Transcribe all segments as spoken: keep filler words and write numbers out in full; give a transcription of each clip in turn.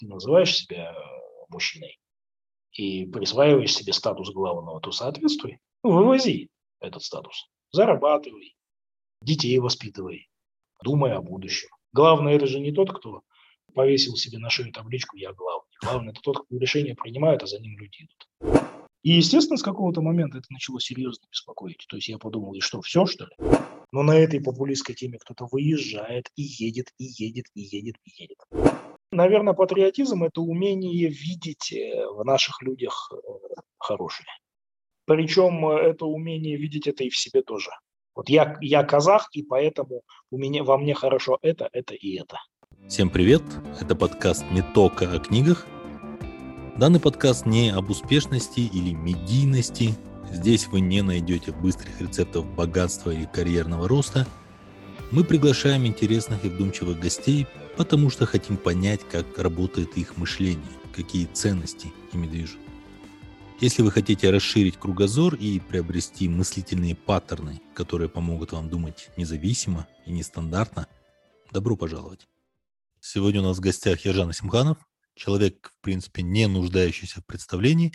называешь себя э, мужчиной и присваиваешь себе статус главного, то соответствуй. Ну, вывози этот статус. Зарабатывай, детей воспитывай, думай о будущем. Главное, это же не тот, кто повесил себе на шею табличку «Я главный». Главное, это тот, кто решения принимает, а за ним люди идут. И, естественно, с какого-то момента это начало серьезно беспокоить. То есть я подумал, и что, все, что ли? Но на этой популистской теме кто-то выезжает и едет, и едет, и едет, и едет. Наверное, патриотизм – это умение видеть э, в наших людях э, хорошее. Причем э, это умение видеть это и в себе тоже. Вот я, я казах, и поэтому у меня, во мне хорошо это, это и это. Всем привет! Это подкаст «Не только о книгах». Данный подкаст не об успешности или медийности. Здесь вы не найдете быстрых рецептов богатства или карьерного роста. Мы приглашаем интересных и вдумчивых гостей, потому что хотим понять, как работает их мышление, какие ценности ими движут. Если вы хотите расширить кругозор и приобрести мыслительные паттерны, которые помогут вам думать независимо и нестандартно, добро пожаловать. Сегодня у нас в гостях Ержан Асимханов, человек, в принципе, не нуждающийся в представлении,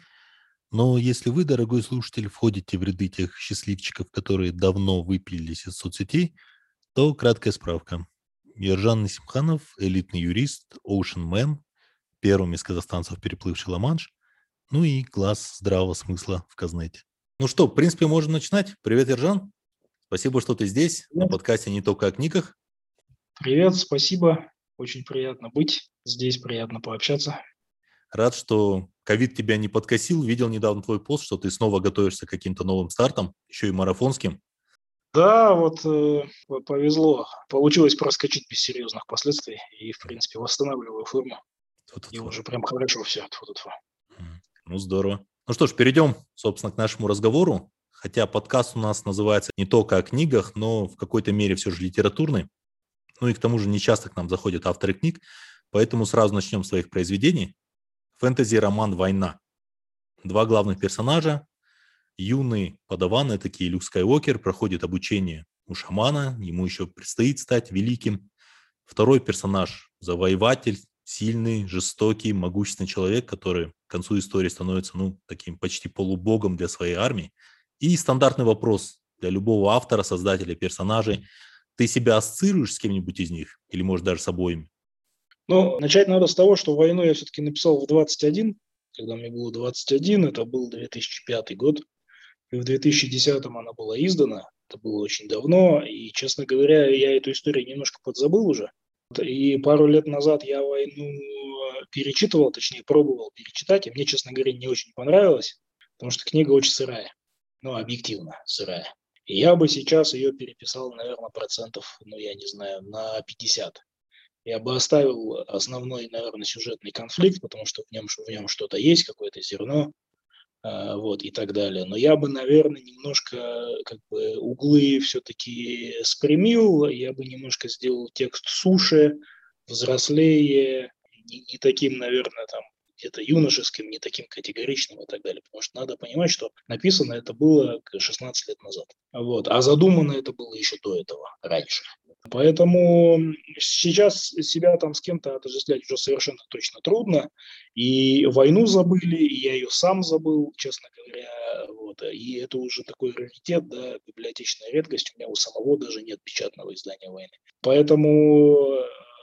но если вы, дорогой слушатель, входите в ряды тех счастливчиков, которые давно выпилились из соцсетей, то краткая справка. Ержан Асимханов – элитный юрист, оушенмен, первым из казахстанцев, переплывший Ла-Манш, ну и глаз здравого смысла в Казнете. Ну что, в принципе, можем начинать. Привет, Ержан. Спасибо, что ты здесь, на подкасте «Не только о книгах». Привет, спасибо. Очень приятно быть здесь, приятно пообщаться. Рад, что ковид тебя не подкосил. Видел недавно твой пост, что ты снова готовишься к каким-то новым стартам, еще и марафонским. Да, вот э, повезло. Получилось проскочить без серьезных последствий и, в принципе, восстанавливаю форму. И уже прям хорошо все. Тьфу-тьфу. Ну, здорово. Ну что ж, перейдем, собственно, к нашему разговору. Хотя подкаст у нас называется не только о книгах, но в какой-то мере все же литературный. Ну и к тому же не часто к нам заходят авторы книг, поэтому сразу начнем с своих произведений. Фэнтези-роман «Война». Два главных персонажа. Юный подаван, этакий Люк Скайуокер, проходит обучение у шамана, ему еще предстоит стать великим. Второй персонаж – завоеватель, сильный, жестокий, могущественный человек, который к концу истории становится, ну, таким почти полубогом для своей армии. И стандартный вопрос для любого автора, создателя персонажей: ты себя ассоциируешь с кем-нибудь из них или, может, даже с обоими? Ну, начать надо с того, что «Войну» я все-таки написал в двадцать один, когда мне было двадцать один, это был две тысячи пятый год. И в две тысячи десятом она была издана, это было очень давно, и, честно говоря, я эту историю немножко подзабыл уже. И пару лет назад я «Войну» перечитывал, точнее, пробовал перечитать, и мне, честно говоря, не очень понравилось, потому что книга очень сырая, ну, объективно сырая. И я бы сейчас ее переписал, наверное, процентов, ну, я не знаю, на пятьдесят. Я бы оставил основной, наверное, сюжетный конфликт, потому что в нем, в нем что-то есть, какое-то зерно, вот, и так далее. Но я бы, наверное, немножко как бы углы все-таки спрямил, я бы немножко сделал текст суше, взрослее, не, не таким, наверное, там, где-то юношеским, не таким категоричным и так далее. Потому что надо понимать, что написано это было шестнадцать лет назад. Вот, а задумано это было еще до этого, раньше. Поэтому сейчас себя там с кем-то отождествлять уже совершенно точно трудно. И «Войну» забыли, и я ее сам забыл, честно говоря. Вот. И это уже такой раритет, да, библиотечная редкость. У меня у самого даже нет печатного издания «Войны». Поэтому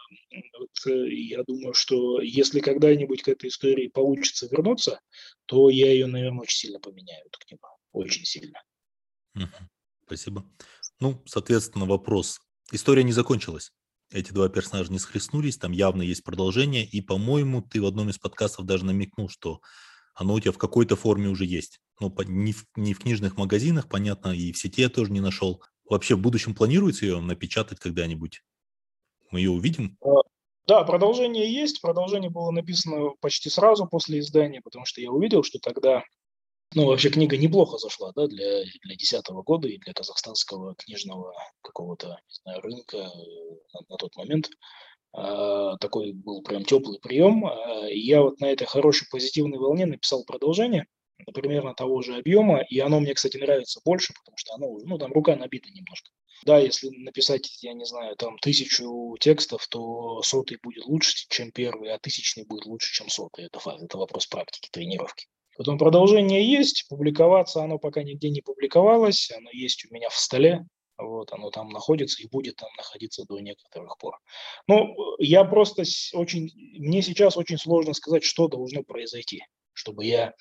вот, я думаю, что если когда-нибудь к этой истории получится вернуться, то я ее, наверное, очень сильно поменяю, эту книгу. Очень сильно. Угу. Спасибо. Ну, соответственно, вопрос. История не закончилась. Эти два персонажа не схлестнулись, там явно есть продолжение, и, по-моему, ты в одном из подкастов даже намекнул, что оно у тебя в какой-то форме уже есть. Ну, не в, не в книжных магазинах, понятно, и в сети я тоже не нашел. Вообще в будущем планируется ее напечатать когда-нибудь? Мы ее увидим? Да, продолжение есть. Продолжение было написано почти сразу после издания, потому что я увидел, что тогда, ну, вообще книга неплохо зашла, да, для для десятого года и для казахстанского книжного какого-то, не знаю, рынка на, на тот момент. А, такой был прям теплый прием. А, и я вот на этой хорошей позитивной волне написал продолжение, примерно того же объема, и оно мне, кстати, нравится больше, потому что оно, ну, там рука набита немножко. Да, если написать, я не знаю, там тысячу текстов, то сотый будет лучше, чем первый, а тысячный будет лучше, чем сотый. Это факт, это вопрос практики, тренировки. Потом продолжение есть, публиковаться оно пока нигде не публиковалось, оно есть у меня в столе, вот, оно там находится и будет там находиться до некоторых пор. Ну, я просто очень, мне сейчас очень сложно сказать, что должно произойти, чтобы я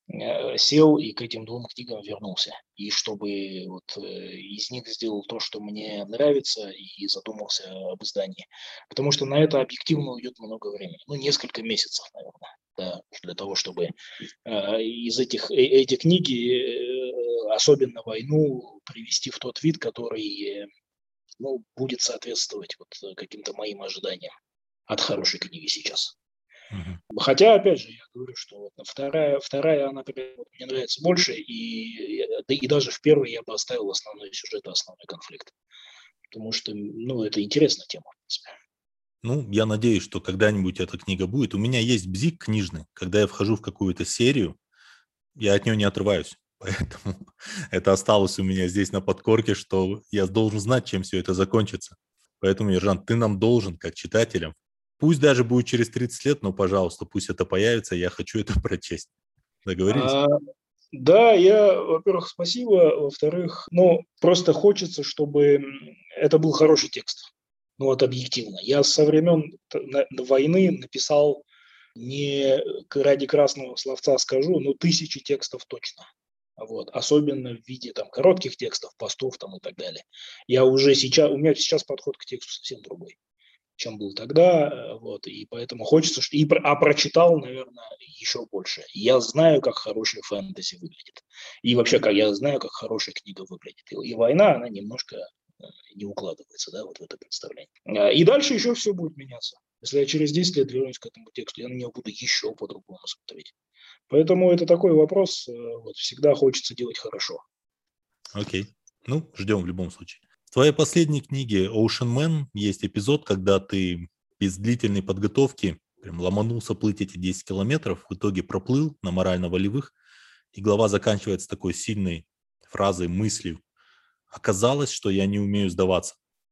сел и к этим двум книгам вернулся. И чтобы вот из них сделал то, что мне нравится, и задумался об издании. Потому что на это объективно уйдет много времени. Ну, несколько месяцев, наверное. Да, для того, чтобы э, из этих, э, эти книги, э, особенно «Войну», привести в тот вид, который э, ну, будет соответствовать вот каким-то моим ожиданиям от хорошей книги сейчас. Угу. Хотя, опять же, я говорю, что вот вторая, вторая, она вот, мне нравится больше, и, и даже в первой я бы оставил основной сюжет, основной конфликт. Потому что, ну, это интересная тема, в принципе. Ну, я надеюсь, что когда-нибудь эта книга будет. У меня есть бзик книжный. Когда я вхожу в какую-то серию, я от нее не отрываюсь. Поэтому это осталось у меня здесь на подкорке, что я должен знать, чем все это закончится. Поэтому, Ержан, ты нам должен, как читателям, пусть даже будет через тридцать лет, но, пожалуйста, пусть это появится, я хочу это прочесть. Договорились? А, да, я, во-первых, спасибо. Во-вторых, ну, просто хочется, чтобы это был хороший текст. Ну, вот объективно. Я со времен войны написал не ради красного словца скажу, но тысячи текстов точно. Вот. Особенно в виде там, коротких текстов, постов там, и так далее. Я уже сейчас, у меня сейчас подход к тексту совсем другой, чем был тогда. Вот. И поэтому хочется, что... И, а прочитал, наверное, еще больше. Я знаю, как хорошая фэнтези выглядит. И вообще, как я знаю, как хорошая книга выглядит. И, и «Война», она немножко не укладывается, да, вот в это представление. И дальше еще все будет меняться. Если я через десять лет вернусь к этому тексту, я на него буду еще по-другому смотреть. Поэтому это такой вопрос, вот, всегда хочется делать хорошо. Окей. Ну, ждем в любом случае. В твоей последней книге Ocean Man есть эпизод, когда ты без длительной подготовки прям ломанулся плыть эти десять километров, в итоге проплыл на морально-волевых, и глава заканчивается такой сильной фразой, мыслью: «Оказалось, что я не умею сдаваться».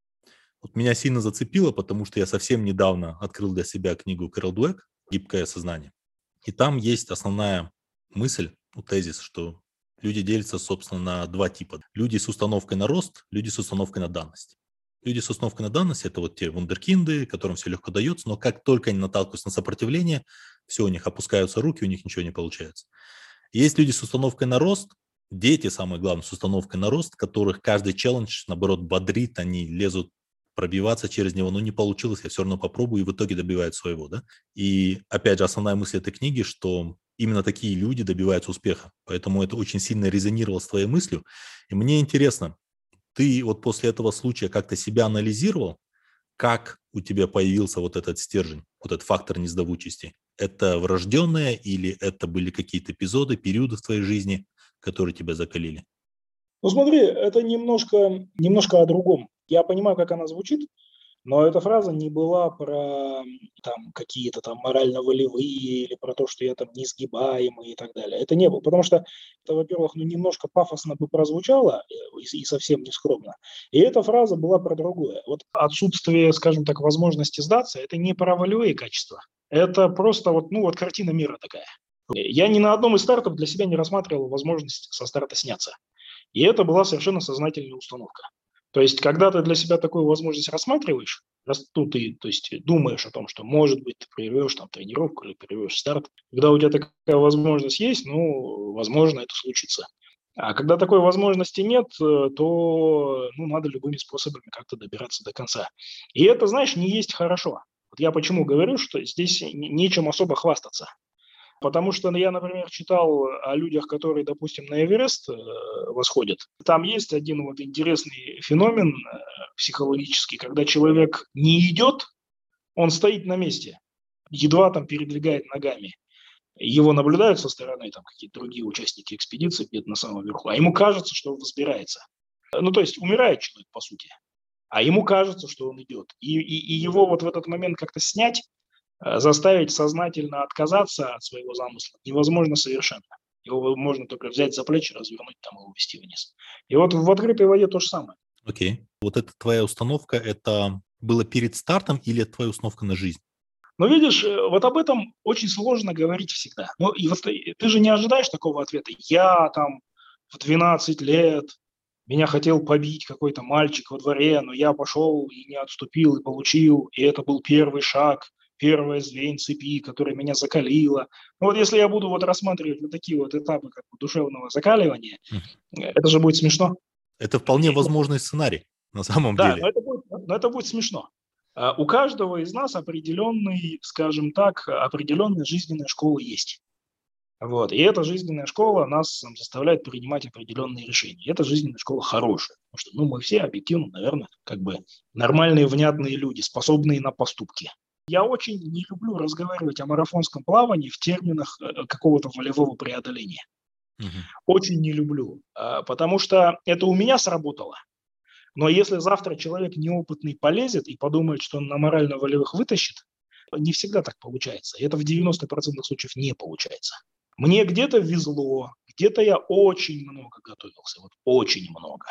Вот меня сильно зацепило, потому что я совсем недавно открыл для себя книгу Кэрол Дуэк «Гибкое сознание». И там есть основная мысль, ну, тезис, что люди делятся, собственно, на два типа. Люди с установкой на рост, люди с установкой на данность. Люди с установкой на данность – это вот те вундеркинды, которым все легко дается, но как только они наталкиваются на сопротивление, все, у них опускаются руки, у них ничего не получается. Есть люди с установкой на рост, дети, самое главное, с установкой на рост, которых каждый челлендж, наоборот, бодрит, они лезут пробиваться через него, но не получилось, я все равно попробую, и в итоге добивают своего, да. И, опять же, основная мысль этой книги, что именно такие люди добиваются успеха, поэтому это очень сильно резонировало с твоей мыслью. И мне интересно, ты вот после этого случая как-то себя анализировал, как у тебя появился вот этот стержень, вот этот фактор несдавучести? Это врожденное или это были какие-то эпизоды, периоды в твоей жизни, которые тебя закалили? Ну смотри, это немножко, немножко о другом. Я понимаю, как она звучит, но эта фраза не была про там, какие-то там морально-волевые или про то, что я там несгибаемый и так далее. Это не было, потому что это, во-первых, ну, немножко пафосно бы прозвучало и, и совсем не скромно. И эта фраза была про другое. Вот отсутствие, скажем так, возможности сдаться – это не про волевые качества. Это просто вот, ну, вот картина мира такая. Я ни на одном из стартов для себя не рассматривал возможность со старта сняться. И это была совершенно сознательная установка. То есть, когда ты для себя такую возможность рассматриваешь, раз ну, ты то есть, думаешь о том, что, может быть, ты прервешь там, тренировку или прервешь старт, когда у тебя такая возможность есть, ну, возможно, это случится. А когда такой возможности нет, то ну, надо любыми способами как-то добираться до конца. И это, знаешь, не есть хорошо. Вот я почему говорю, что здесь нечем особо хвастаться. Потому что я, например, читал о людях, которые, допустим, на Эверест э, восходят. Там есть один вот интересный феномен э, психологический, когда человек не идет, он стоит на месте, едва там передвигает ногами. Его наблюдают со стороны там какие-то другие участники экспедиции где-то на самом верху, а ему кажется, что он взбирается. Ну, то есть умирает человек, по сути, а ему кажется, что он идет. И, и, и его вот в этот момент как-то снять, заставить сознательно отказаться от своего замысла невозможно совершенно. Его можно только взять за плечи, развернуть там и увести вниз. И вот в открытой воде то же самое. Окей. Вот эта твоя установка, это было перед стартом или это твоя установка на жизнь? Но видишь, э, вот об этом очень сложно говорить всегда. Ну, и вот ты ты же не ожидаешь такого ответа. Я там в двенадцать лет, меня хотел побить какой-то мальчик во дворе, но я пошел и не отступил, и получил. И это был первый шаг, первое звень цепи, которое меня закалило. Ну, вот если я буду вот рассматривать вот такие вот этапы как бы душевного закаливания, Мгм. э, это же будет смешно. Это Это вполне действительно будет. возможный сценарий на самом Да, деле. но это будет, но это будет смешно. А, У каждого из нас определенный, скажем так, определенная жизненная школа есть. Вот. И эта жизненная школа нас м, заставляет принимать определенные решения. И эта жизненная школа хорошая. Потому что ну, мы все объективно, наверное, как бы нормальные, внятные люди, способные на поступки. Я очень не люблю разговаривать о марафонском плавании в терминах э, какого-то волевого преодоления. Мгм. Очень не люблю. а, Потому что это у меня сработало. Но если завтра человек неопытный полезет и подумает, что он на морально-волевых вытащит, не всегда так получается. Это в девяноста процентах случаев не получается. Мне где-то везло, где-то я очень много готовился, вот очень много.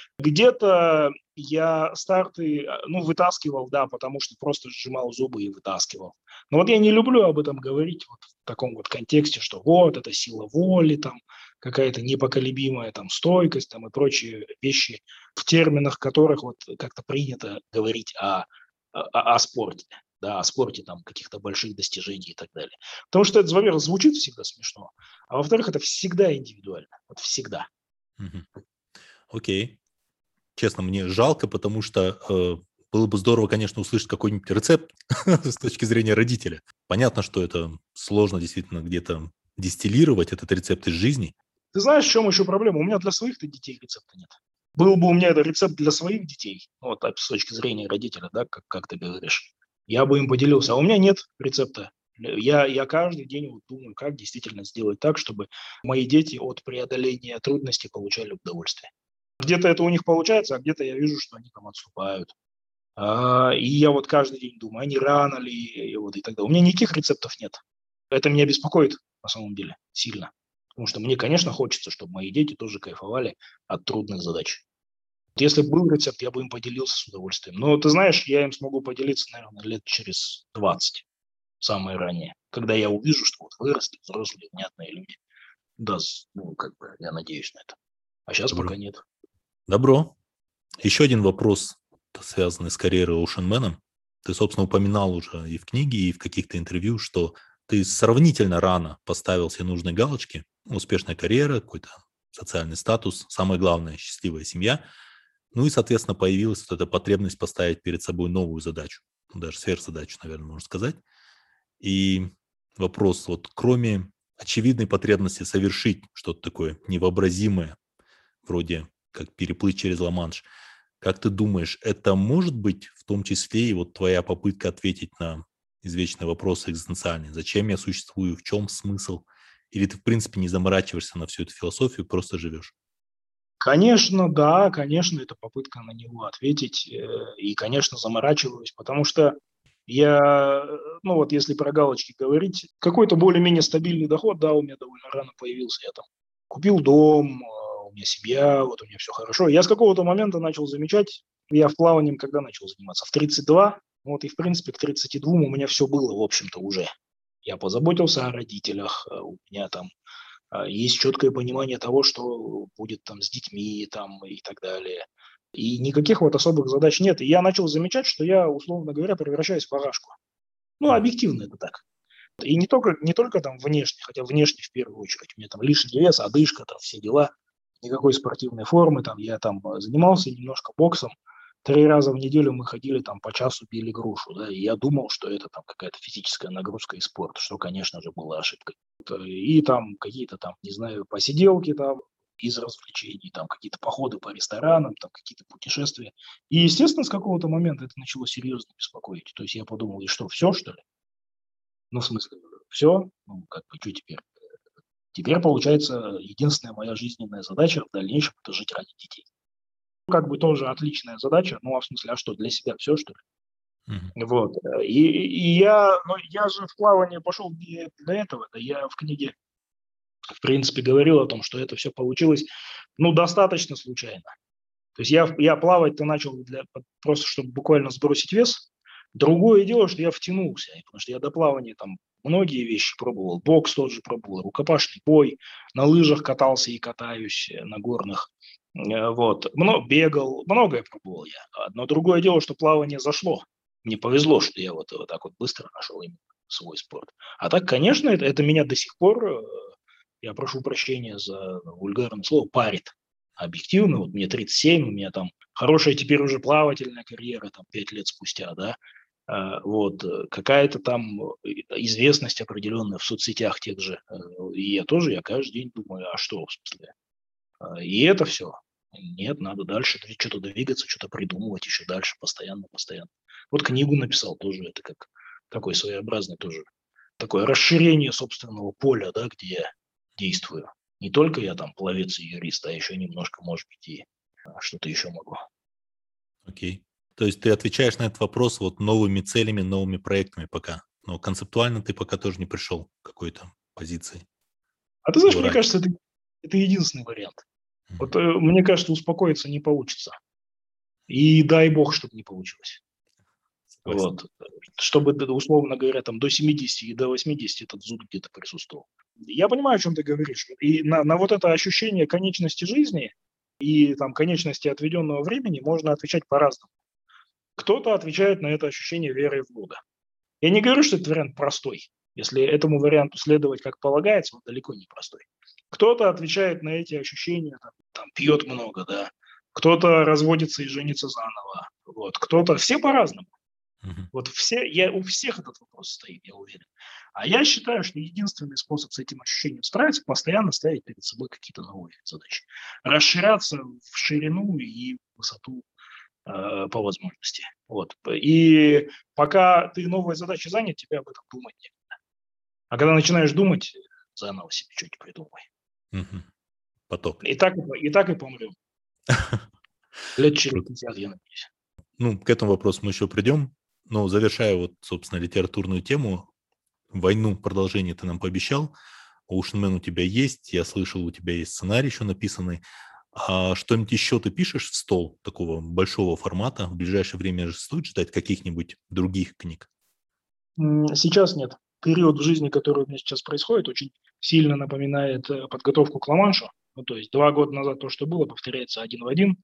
Где-то я старты, а, ну, вытаскивал, да, потому что просто сжимал зубы и вытаскивал. Но вот я не люблю об этом говорить вот в таком вот контексте, что вот это сила воли, там, какая-то непоколебимая там стойкость там и прочие вещи, в терминах которых вот как-то принято говорить о, о, о спорте, да, о спорте там каких-то больших достижений и так далее. Потому что это, во-первых, звучит всегда смешно, а во-вторых, это всегда индивидуально, вот всегда. Мгм. Окей. Честно, мне жалко, потому что э, было бы здорово, конечно, услышать какой-нибудь рецепт с точки зрения родителя. Понятно, что это сложно действительно где-то дистиллировать этот рецепт из жизни. Ты знаешь, в чем еще проблема? У меня для своих-то детей рецепта нет. Был бы у меня этот рецепт для своих детей, ну, вот так, с точки зрения родителя, да, как, как ты говоришь, я бы им поделился. А у меня нет рецепта. Я, я каждый день вот думаю, как действительно сделать так, чтобы мои дети от преодоления трудностей получали удовольствие. Где-то это у них получается, а где-то я вижу, что они там отступают. А, и я вот каждый день думаю, а не рано ли, и вот и так далее. У меня никаких рецептов нет. Это меня беспокоит на самом деле сильно. Потому что мне, конечно, хочется, чтобы мои дети тоже кайфовали от трудных задач. Вот если бы был рецепт, я бы им поделился с удовольствием. Но ты знаешь, я им смогу поделиться, наверное, лет через двадцать, самое раннее. Когда я увижу, что вот выросли взрослые, внятные люди. Да, с- ну, как бы, я надеюсь на это. А сейчас Добро. пока нет. Добро. Еще один вопрос, связанный с карьерой оушенменом. Ты, собственно, упоминал уже и в книге, и в каких-то интервью, что ты сравнительно рано поставил себе нужные галочки. Успешная карьера, какой-то социальный статус, самое главное, счастливая семья. Ну и, соответственно, появилась вот эта потребность поставить перед собой новую задачу. Ну, даже сверхзадачу, наверное, можно сказать. И вопрос, вот кроме очевидной потребности совершить что-то такое невообразимое, вроде как переплыть через Ла-Манш, как ты думаешь, это может быть в том числе и вот твоя попытка ответить на извечные вопросы экзистенциальные? Зачем я существую? В чем смысл? Или ты, в принципе, не заморачиваешься на всю эту философию, просто живешь? Конечно, да, конечно, это попытка на него ответить. э, И, конечно, заморачиваюсь, потому что я, э, ну вот если про галочки говорить, какой-то более-менее стабильный доход, да, у меня довольно рано появился. Я там купил дом, а, у меня семья, вот у меня все хорошо. Я с какого-то момента начал замечать, я в плавании когда начал заниматься? В тридцать два, вот и в принципе к тридцати двум у меня все было, в общем-то, уже. Я позаботился о родителях, э, у меня там а, есть четкое понимание того, что будет там с детьми там, и так далее. И никаких вот особых задач нет. И я начал замечать, что я, условно говоря, превращаюсь в барашку. Ну, Мгм. объективно это так. И не только, не только там внешне, хотя внешне в первую очередь. У меня там лишний вес, одышка, там все дела. Никакой спортивной формы. Там я там э, занимался немножко боксом. Три раза в неделю мы ходили там по часу, били грушу. Да, и я думал, что это там какая-то физическая нагрузка и спорт, что, конечно же, была ошибкой. И там какие-то там, не знаю, посиделки там из развлечений, там какие-то походы по ресторанам, там какие-то путешествия. И, естественно, с какого-то момента это начало серьезно беспокоить. То есть я подумал, и что, все, что ли? Ну, в смысле, все? Ну, как бы, что теперь? Теперь, получается, единственная моя жизненная задача в дальнейшем – это жить ради детей. Как бы тоже отличная задача, ну, а в смысле, а что, для себя все, что Мгм. ли? Вот. И, и я, ну, я же в плавание пошел не для этого, да я в книге, в принципе, говорил о том, что это все получилось, ну, достаточно случайно. То есть я, я плавать-то начал для, просто, чтобы буквально сбросить вес. Другое дело, что я втянулся, потому что я до плавания там многие вещи пробовал. Бокс тот же пробовал, рукопашный бой, на лыжах катался и катаюсь, на горных. Вот. Много, бегал, многое пробовал я. Но другое дело, что плавание зашло. Мне повезло, что я вот, вот так вот быстро нашел именно свой спорт. А так, конечно, это, это меня до сих пор, я прошу прощения за вульгарное слово, парит. Объективно, вот мне тридцать семь, у меня там хорошая теперь уже плавательная карьера, там пять лет спустя, да, вот, какая-то там известность определенная в соцсетях тех же, и я тоже, я каждый день думаю, а что, в смысле, и это все. Нет, надо дальше что-то двигаться, что-то придумывать еще дальше, постоянно, постоянно. Вот книгу написал тоже, это как такой своеобразный тоже, такое расширение собственного поля, да, где я действую. Не только я там пловец и юрист, а еще немножко, может быть, и что-то еще могу. Окей. То есть ты отвечаешь на этот вопрос вот новыми целями, новыми проектами пока. Но концептуально ты пока тоже не пришел к какой-то позиции. А ты знаешь, мне кажется, это, это единственный вариант. Mm-hmm. Вот мне кажется, успокоиться не получится. И дай бог, чтобы не получилось. Вот. Чтобы, условно говоря, там до семидесяти и до восьмидесяти этот зуд где-то присутствовал. Я понимаю, о чем ты говоришь. И на, на вот это ощущение конечности жизни и там конечности отведенного времени можно отвечать по-разному. Кто-то отвечает на это ощущение верой в Бога. Я не говорю, что этот вариант простой. Если этому варианту следовать как полагается, он далеко не простой. Кто-то отвечает на эти ощущения, там, там пьет много, да. Кто-то разводится и женится заново. Вот. Кто-то, все по-разному. Uh-huh. Вот все, я, у всех этот вопрос стоит, я уверен. А я считаю, что единственный способ с этим ощущением справиться – постоянно ставить перед собой какие-то новые задачи. Расширяться в ширину и высоту э, по возможности. Вот. И пока ты новой задачей занят, тебе об этом думать некогда. А когда начинаешь думать, заново себе что-нибудь придумай. Uh-huh. Поток. И так и, и так и помрем. Лет через пятьдесят, я надеюсь. Ну, к этому вопросу мы еще придем. Но завершая вот, собственно, литературную тему, «Войну» продолжение ты нам пообещал. «Оушенмен» у тебя есть, я слышал, у тебя есть сценарий еще написанный. А что-нибудь еще ты пишешь в стол такого большого формата? В ближайшее время же стоит ждать каких-нибудь других книг? Сейчас нет. Период в жизни, который у меня сейчас происходит, очень сильно напоминает подготовку к Ла-Маншу. Ну, то есть два года назад то, что было, повторяется один в один.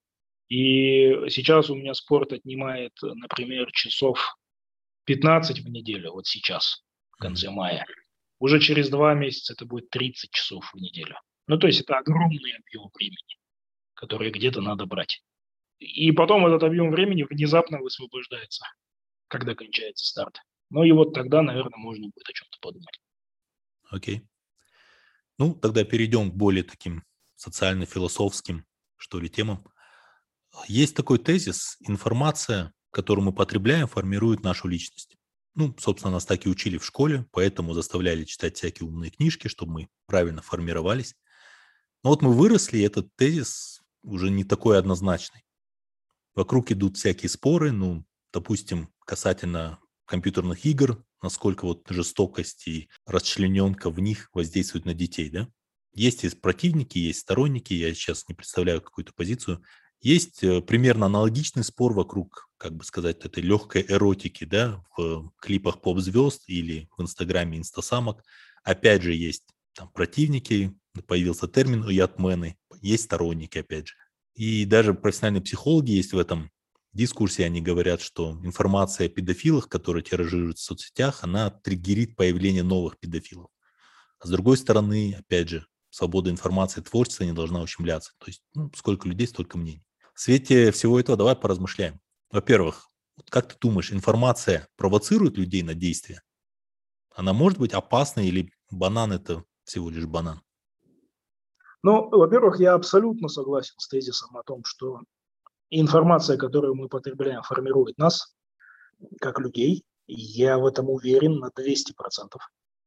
И сейчас у меня спорт отнимает, например, часов пятнадцать в неделю, вот сейчас, в конце мая. Уже через два месяца это будет тридцать часов в неделю. Ну, то есть это огромный объем времени, который где-то надо брать. И потом этот объем времени внезапно высвобождается, когда кончается старт. Ну и вот тогда, наверное, можно будет о чем-то подумать. Окей. Ну, тогда перейдем к более таким социально-философским, что ли, темам. Есть такой тезис: информация, которую мы потребляем, формирует нашу личность. Ну, собственно, нас так и учили в школе, поэтому заставляли читать всякие умные книжки, чтобы мы правильно формировались. Но вот мы выросли, и этот тезис уже не такой однозначный. Вокруг идут всякие споры, ну, допустим, касательно компьютерных игр, насколько вот жестокость и расчлененка в них воздействует на детей, да? Есть и противники, есть сторонники, я сейчас не представляю какую-то позицию. Есть примерно аналогичный спор вокруг, как бы сказать, этой легкой эротики, да, в клипах поп-звезд или в инстаграме инстасамок. Опять же, есть там противники, появился термин «уятмены», есть сторонники, опять же. И даже профессиональные психологи есть в этом дискурсе, они говорят, что информация о педофилах, которая тиражируется в соцсетях, она триггерит появление новых педофилов. А с другой стороны, опять же, свобода информации, творчества не должна ущемляться. То есть, ну, сколько людей, столько мнений. В свете всего этого давай поразмышляем. Во-первых, как ты думаешь, информация провоцирует людей на действия? Она может быть опасной или банан – это всего лишь банан? Ну, во-первых, я абсолютно согласен с тезисом о том, что информация, которую мы потребляем, формирует нас, как людей. Я в этом уверен на двести процентов.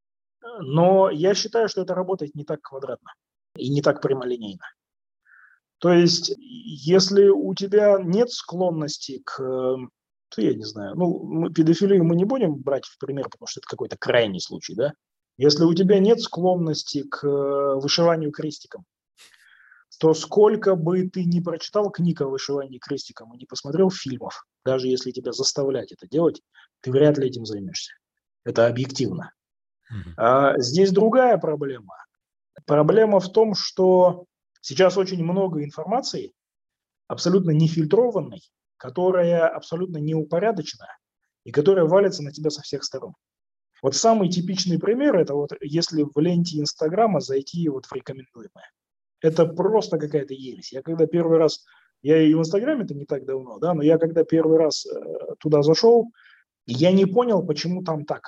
Но я считаю, что это работает не так квадратно и не так прямолинейно. То есть, если у тебя нет склонности к, я не знаю, ну, педофилию мы не будем брать в пример, потому что это какой-то крайний случай, да? Если у тебя нет склонности к вышиванию крестиком, что сколько бы ты ни прочитал книг о вышивании крестиком и не посмотрел фильмов, даже если тебя заставлять это делать, ты вряд ли этим займешься. Это объективно. Мгм. А здесь другая проблема. Проблема в том, что сейчас очень много информации, абсолютно нефильтрованной, которая абсолютно неупорядочена и которая валится на тебя со всех сторон. Вот самый типичный пример – это вот если в ленте Инстаграма зайти вот в рекомендуемое. Это просто какая-то ересь. Я когда первый раз, я и в Инстаграме-то не так давно, да, но я когда первый раз э, туда зашел, я не понял, почему там так.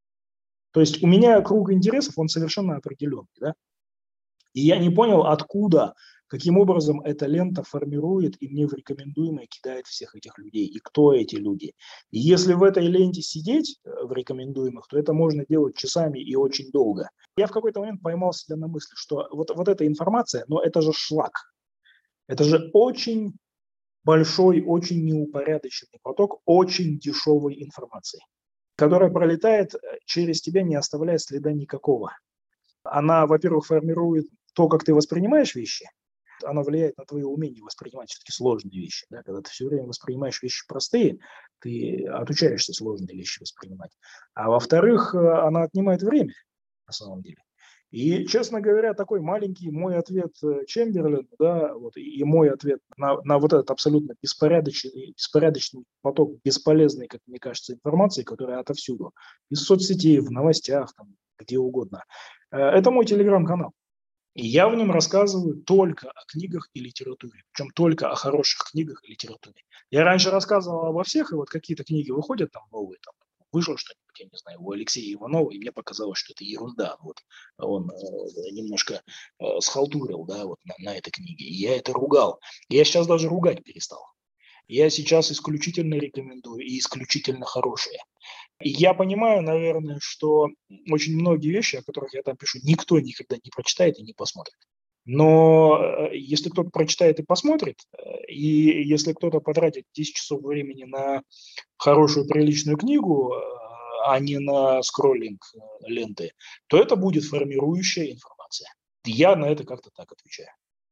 То есть у меня круг интересов, он совершенно определенный, да. И я не понял, откуда, каким образом эта лента формирует и мне в рекомендуемое кидает всех этих людей, и кто эти люди. И если в этой ленте сидеть, э, в рекомендуемых, то это можно делать часами и очень долго. Я в какой-то момент поймал себя на мысли, что вот, вот эта информация, но это же шлак. Это же очень большой, очень неупорядоченный поток очень дешевой информации, которая пролетает э, через тебя, не оставляя следа никакого. Она, во-первых, формирует то, как ты воспринимаешь вещи, она влияет на твое умение воспринимать все-таки сложные вещи. Да? Когда ты все время воспринимаешь вещи простые, ты отучаешься сложные вещи воспринимать. А во-вторых, э, она отнимает время, на самом деле. И, честно говоря, такой маленький мой ответ э, Чемберлену, да, вот, и, и мой ответ на, на вот этот абсолютно беспорядочный, беспорядочный поток бесполезной, как мне кажется, информации, которая отовсюду, из соцсетей, в новостях, там, где угодно. Э, Это мой телеграм-канал. И я в нем рассказываю только о книгах и литературе, причем только о хороших книгах и литературе. Я раньше рассказывал обо всех, и вот какие-то книги выходят там новые, там, вышло что-нибудь, я не знаю, у Алексея Иванова, и мне показалось, что это ерунда. Вот он э, немножко э, схалтурил, да, вот на, на этой книге. И я это ругал. Я сейчас даже ругать перестал. Я сейчас исключительно рекомендую и исключительно хорошие. И я понимаю, наверное, что очень многие вещи, о которых я там пишу, никто никогда не прочитает и не посмотрит. Но э, если кто-то прочитает и посмотрит, э, и если кто-то потратит десять часов времени на хорошую, приличную книгу, э, а не на скроллинг э, ленты, то это будет формирующая информация. И я на это как-то так отвечаю.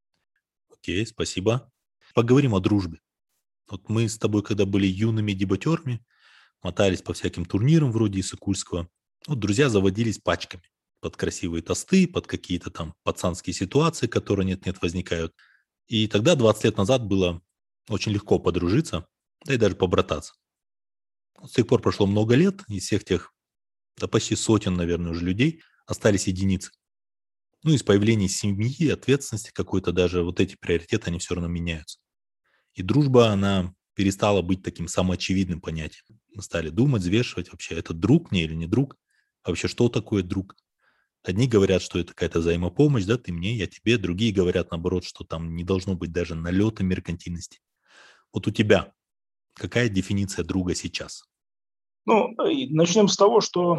Окей, спасибо. Поговорим о дружбе. Вот мы с тобой, когда были юными дебатерами, мотались по всяким турнирам вроде Иссык-Кульского, вот друзья заводились пачками под красивые тосты, под какие-то там пацанские ситуации, которые нет-нет возникают. И тогда, двадцать лет назад, было очень легко подружиться, да и даже побрататься. Вот с тех пор прошло много лет, из всех тех, да почти сотен, наверное, уже людей, остались единицы. Ну и с появлением семьи, ответственности какой-то даже, вот эти приоритеты, они все равно меняются. И дружба, она перестала быть таким самоочевидным понятием. Мы стали думать, взвешивать вообще, это друг мне или не друг, а вообще что такое друг. Одни говорят, что это какая-то взаимопомощь, да, ты мне, я тебе, другие говорят наоборот, что там не должно быть даже налета меркантильности. Вот у тебя какая дефиниция друга сейчас? Ну, и начнем с того, что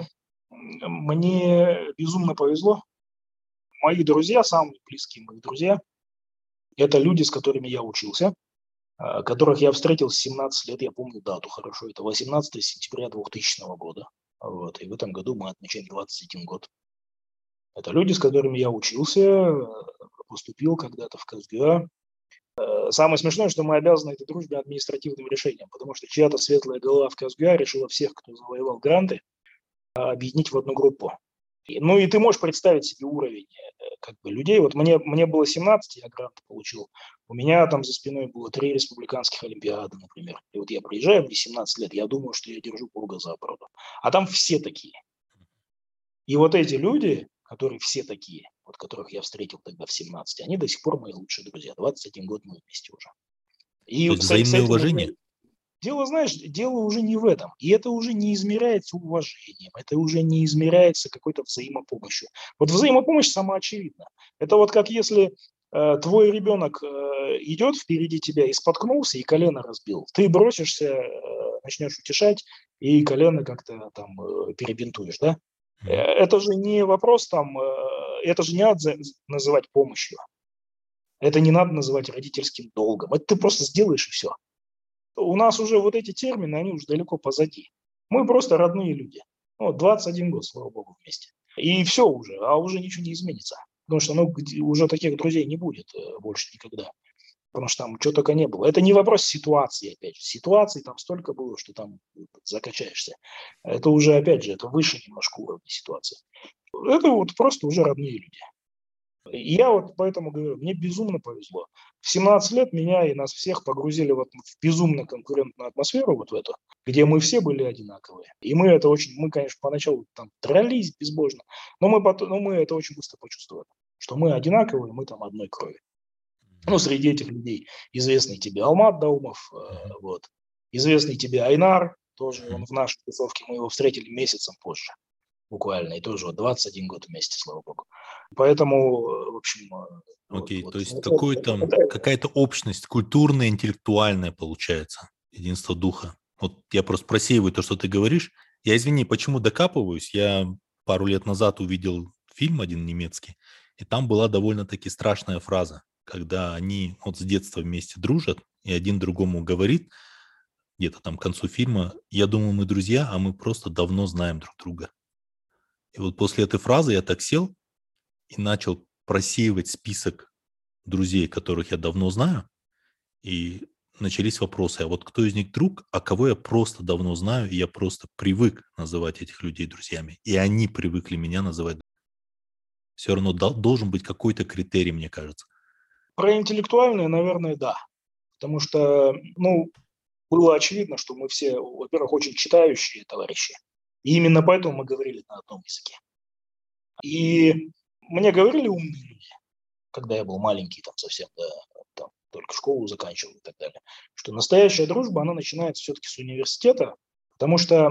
мне безумно повезло. Мои друзья, самые близкие мои друзья, это люди, с которыми я учился, а, которых я встретил с семнадцати лет, я помню дату хорошо, это восемнадцатого сентября двухтысячного года. Вот, и в этом году мы отмечаем двадцать один год. Это люди, с которыми я учился, поступил когда-то в КСГА. Самое смешное, что мы обязаны этой дружбе административным решением, потому что чья-то светлая голова в КСГА решила всех, кто завоевал гранты, объединить в одну группу. Ну и ты можешь представить себе уровень как бы, людей. Вот мне, мне было семнадцать, я грант получил. У меня там за спиной было три республиканских олимпиады, например. И вот я приезжаю, мне семнадцать лет, я думаю, что я держу Бога за оборону. А там все такие. И вот эти люди, которые все такие, вот которых я встретил тогда в семнадцати, они до сих пор мои лучшие друзья. двадцать один год мы вместе уже. И То есть с, с взаимное этим уважение? дело, знаешь, дело уже не в этом. И это уже не измеряется уважением, это уже не измеряется какой-то взаимопомощью. Вот взаимопомощь самоочевидна. Это вот как если э, твой ребенок э, идет впереди тебя и споткнулся, и колено разбил. Ты бросишься, э, начнешь утешать, и колено как-то там э, перебинтуешь, да? Э, Это же не вопрос там, э, это же не надо называть помощью. Это не надо называть родительским долгом. Это ты просто сделаешь и все. У нас уже вот эти термины, они уже далеко позади. Мы просто родные люди. Вот, двадцать один год, слава богу, вместе. И все уже, а уже ничего не изменится. Потому что ну, где- уже таких друзей не будет э, больше никогда. Потому что там что только не было. Это не вопрос ситуации, опять же. Ситуаций там столько было, что там закачаешься. Это уже, опять же, это выше немножко уровня ситуации. Это вот просто уже родные люди. И я вот поэтому говорю, мне безумно повезло. В семнадцать лет меня и нас всех погрузили вот в безумно конкурентную атмосферу, вот в эту, где мы все были одинаковые. И мы это очень, мы, конечно, поначалу там дрались безбожно, но мы, потом, но мы это очень быстро почувствовали, что мы одинаковые, мы там одной крови. Ну, среди этих людей известный тебе Алмат Даумов, э, Мгм. вот, известный тебе Айнар, тоже он Мгм. в нашей тусовке, мы его встретили месяцем позже буквально, и тоже вот двадцать один год вместе, слава богу. Поэтому, э, в общем, э, вот, Окей, то вот, есть вот какой-то, это- какая-то общность культурная, интеллектуальная получается, единство духа. Вот я просто просеиваю то, что ты говоришь. Я, извини, почему докапываюсь? Я пару лет назад увидел фильм один немецкий, и там была довольно-таки страшная фраза, когда они вот с детства вместе дружат, и один другому говорит, где-то там к концу фильма, я думаю, мы друзья, а мы просто давно знаем друг друга. И вот после этой фразы я так сел и начал просеивать список друзей, которых я давно знаю, и начались вопросы, а вот кто из них друг, а кого я просто давно знаю, и я просто привык называть этих людей друзьями, и они привыкли меня называть. Все равно дол- должен быть какой-то критерий, мне кажется. про интеллектуальное, наверное, да. Потому что, ну, было очевидно, что мы все, во-первых, очень читающие товарищи. И именно поэтому мы говорили на одном языке. И мне говорили умные люди, когда я был маленький, там совсем, да, там, только школу заканчивал и так далее, что настоящая дружба, она начинается все-таки с университета, потому что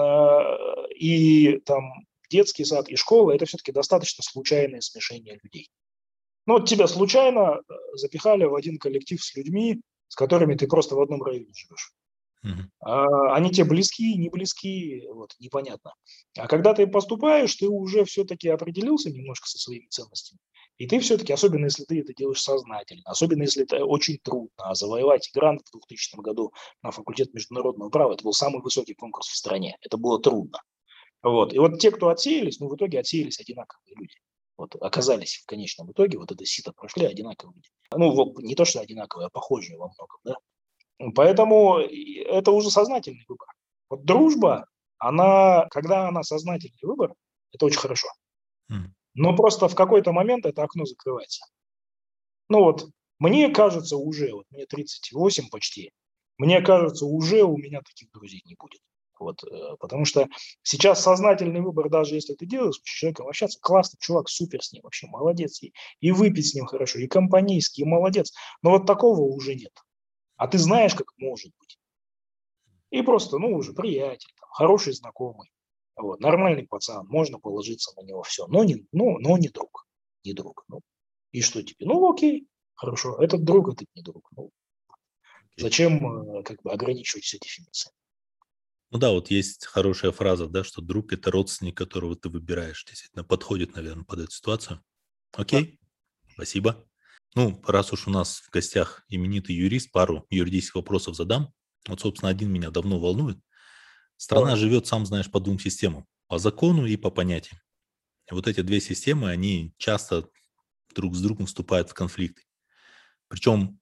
э, и там детский сад, и школа – это все-таки достаточно случайное смешение людей. Ну вот тебя случайно э, запихали в один коллектив с людьми, с которыми ты просто в одном районе живешь. Мгм. А, они тебе близки, не близки, вот, непонятно. А когда ты поступаешь, ты уже все-таки определился немножко со своими ценностями. И ты все-таки, особенно если ты это делаешь сознательно, особенно если это очень трудно, а завоевать грант в двухтысячном году на факультет международного права, это был самый высокий конкурс в стране, это было трудно. Вот. И вот те, кто отсеялись, ну, в итоге отсеялись одинаковые люди. Вот, оказались в конечном итоге, вот это сито прошли одинаковые люди. Ну, вот, не то, что одинаковые, а похожие во многом, да. Поэтому это уже сознательный выбор. Вот дружба, она, когда она сознательный выбор, это очень хорошо. Мгм. Но просто в какой-то момент это окно закрывается. Ну вот, мне кажется уже, вот мне тридцать восемь почти, мне кажется, уже у меня таких друзей не будет. Вот, э, потому что сейчас сознательный выбор, даже если ты делаешь с человеком общаться, классно, чувак, супер с ним, вообще молодец, и, и выпить с ним хорошо, и компанейский, и молодец. Но вот такого уже нет. А ты знаешь, как может быть. И просто, ну, уже приятель, там, хороший знакомый, вот, нормальный пацан, можно положиться на него, все, но не, ну, но не друг, не друг, ну, и что тебе? Ну, окей, хорошо, этот друг, этот не друг, ну, Окей. зачем, э, как бы, ограничивать все дефиниции? Ну да, вот есть хорошая фраза, да, что друг – это родственник, которого ты выбираешь. Действительно, подходит, наверное, под эту ситуацию. Да. Окей, спасибо. Ну, раз уж у нас в гостях именитый юрист, пару юридических вопросов задам. Вот, собственно, один меня давно волнует. Страна Давай. живет, сам знаешь, по двум системам. По закону и по понятиям. И вот эти две системы, они часто друг с другом вступают в конфликты. Причем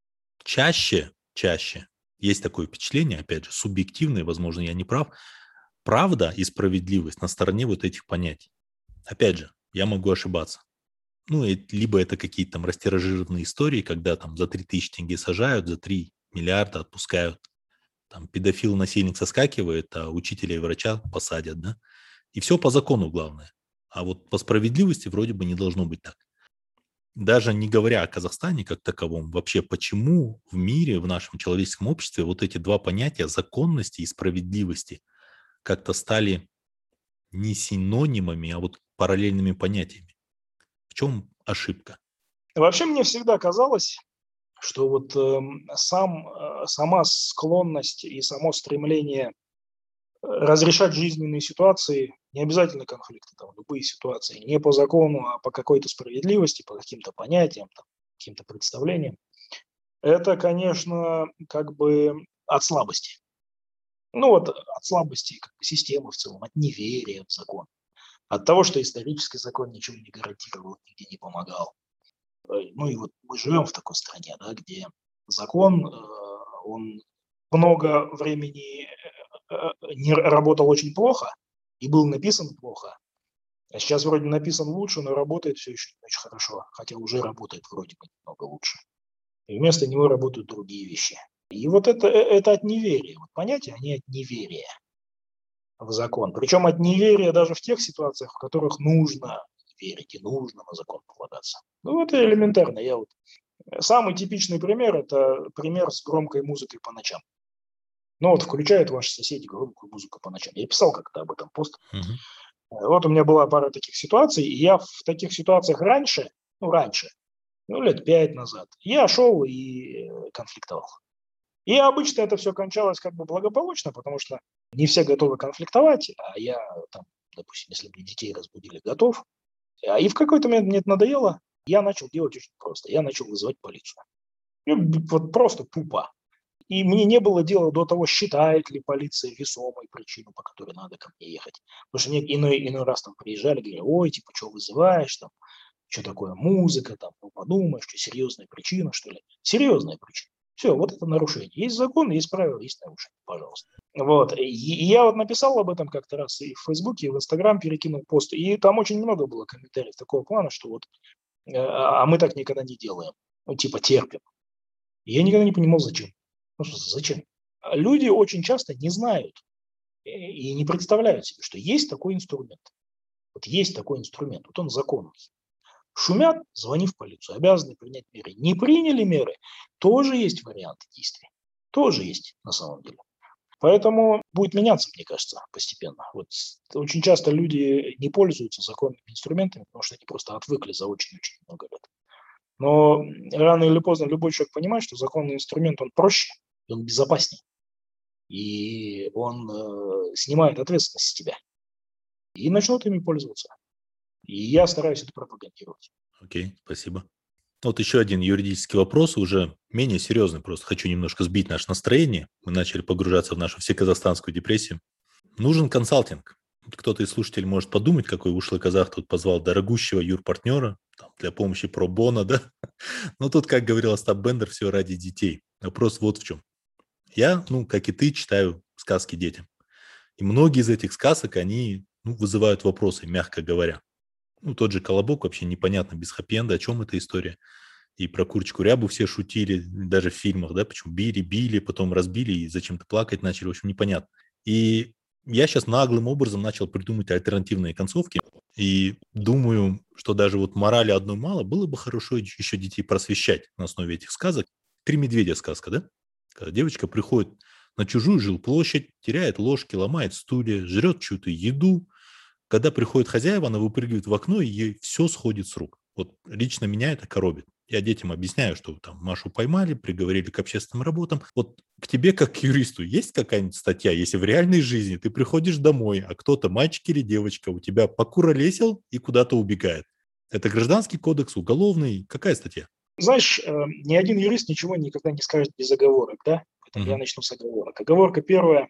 чаще, чаще есть такое впечатление, опять же, субъективное, возможно, я не прав, правда и справедливость на стороне вот этих понятий. Опять же, я могу ошибаться. Ну, и либо это какие-то там растиражированные истории, когда там за три тысячи тенге сажают, за три миллиарда отпускают. Там педофил, насильник соскакивает, а учителя и врача посадят, да? И все по закону, главное. А вот по справедливости вроде бы не должно быть так. Даже не говоря о Казахстане как таковом, вообще почему в мире, в нашем человеческом обществе вот эти два понятия законности и справедливости как-то стали не синонимами, а вот параллельными понятиями? В чем ошибка? Вообще мне всегда казалось, что вот эм, сам, э, сама склонность и само стремление разрешать жизненные ситуации, не обязательно конфликты, там, любые ситуации, не по закону, а по какой-то справедливости, по каким-то понятиям, там, каким-то представлениям, это, конечно, как бы от слабости. Ну вот от слабости как бы, системы в целом, от неверия в закон. От того, что исторический закон ничего не гарантировал, нигде не помогал. Ну и вот мы живем в такой стране, да, где закон, он много времени не работал очень плохо и был написан плохо. А сейчас вроде написан лучше, но работает все еще не очень хорошо, хотя уже работает вроде бы немного лучше. И вместо него работают другие вещи. И вот это, это от неверия. Вот понятия, они от неверия в закон. Причем от неверия даже в тех ситуациях, в которых нужно верить и нужно на закон полагаться. Ну, это элементарно. Я вот... Самый типичный пример – это пример с громкой музыкой по ночам. Ну вот включают ваши соседи громкую музыку по ночам. Я писал как-то об этом пост. Uh-huh. Вот у меня была пара таких ситуаций, и я в таких ситуациях раньше, ну раньше, ну лет пять назад, я шел и конфликтовал. И обычно это все кончалось как бы благополучно, потому что не все готовы конфликтовать, а я там, допустим, если мне детей разбудили, готов. И в какой-то момент мне это надоело, я начал делать очень просто. Я начал вызывать полицию. И вот просто тупо. И мне не было дела до того, считает ли полиция весомой причину, по которой надо ко мне ехать. Потому что мне иной, иной раз там приезжали, говорили, ой, типа, что вызываешь, там, что такое музыка, там, ну, подумаешь, что серьезная причина, что ли. Серьезная причина. Все, вот это нарушение. Есть закон, есть правила, есть нарушение, пожалуйста. Вот. И, и я вот написал об этом как-то раз и в Фейсбуке, и в Инстаграм перекинул пост. И там очень много было комментариев такого плана, что вот, а мы так никогда не делаем. Ну, типа, терпим. И я никогда не понимал, зачем. Ну, зачем? Люди очень часто не знают и не представляют себе, что есть такой инструмент. Вот есть такой инструмент, вот он законный. Шумят, звони в полицию, обязаны принять меры. Не приняли меры, тоже есть варианты действий. Тоже есть на самом деле. Поэтому будет меняться, мне кажется, постепенно. Вот очень часто люди не пользуются законными инструментами, потому что они просто отвыкли за очень-очень много лет. Но рано или поздно любой человек понимает, что законный инструмент, он проще, он безопаснее. И он э, снимает ответственность с тебя. И начнут ими пользоваться. И я стараюсь это пропагандировать. Окей, okay, спасибо. Вот еще один юридический вопрос, уже менее серьезный, просто хочу немножко сбить наше настроение. Мы начали погружаться в нашу всеказахстанскую депрессию. Нужен консалтинг. Кто-то из слушателей может подумать, какой ушлый казах тут позвал дорогущего юрпартнера там, для помощи про бона, да? Но тут, как говорил Остап Бендер, все ради детей. Вопрос вот в чем. Я, ну, как и ты, читаю сказки детям. И многие из этих сказок, они ну, вызывают вопросы, мягко говоря. Ну, тот же «Колобок» вообще непонятно, без хэппи-энда, о чем эта история. И про курочку Рябу все шутили, даже в фильмах, да, почему били, били, потом разбили и зачем-то плакать начали, в общем, непонятно. И я сейчас наглым образом начал придумать альтернативные концовки, и думаю, что даже вот морали одной мало, было бы хорошо еще детей просвещать на основе этих сказок. «Три медведя» сказка, да? Когда девочка приходит на чужую жилплощадь, теряет ложки, ломает стулья, жрет чью-то еду. Когда приходит хозяева, она выпрыгивает в окно, и ей все сходит с рук. Вот лично меня это коробит. Я детям объясняю, что там Машу поймали, приговорили к общественным работам. Вот к тебе, как к юристу, есть какая-нибудь статья, если в реальной жизни ты приходишь домой, а кто-то, мальчик или девочка, у тебя покуролесил и куда-то убегает? Это гражданский кодекс, уголовный? Какая статья? Знаешь, ни один юрист ничего никогда не скажет без оговорок, да? Поэтому uh-huh. я начну с оговорок. Оговорка первая.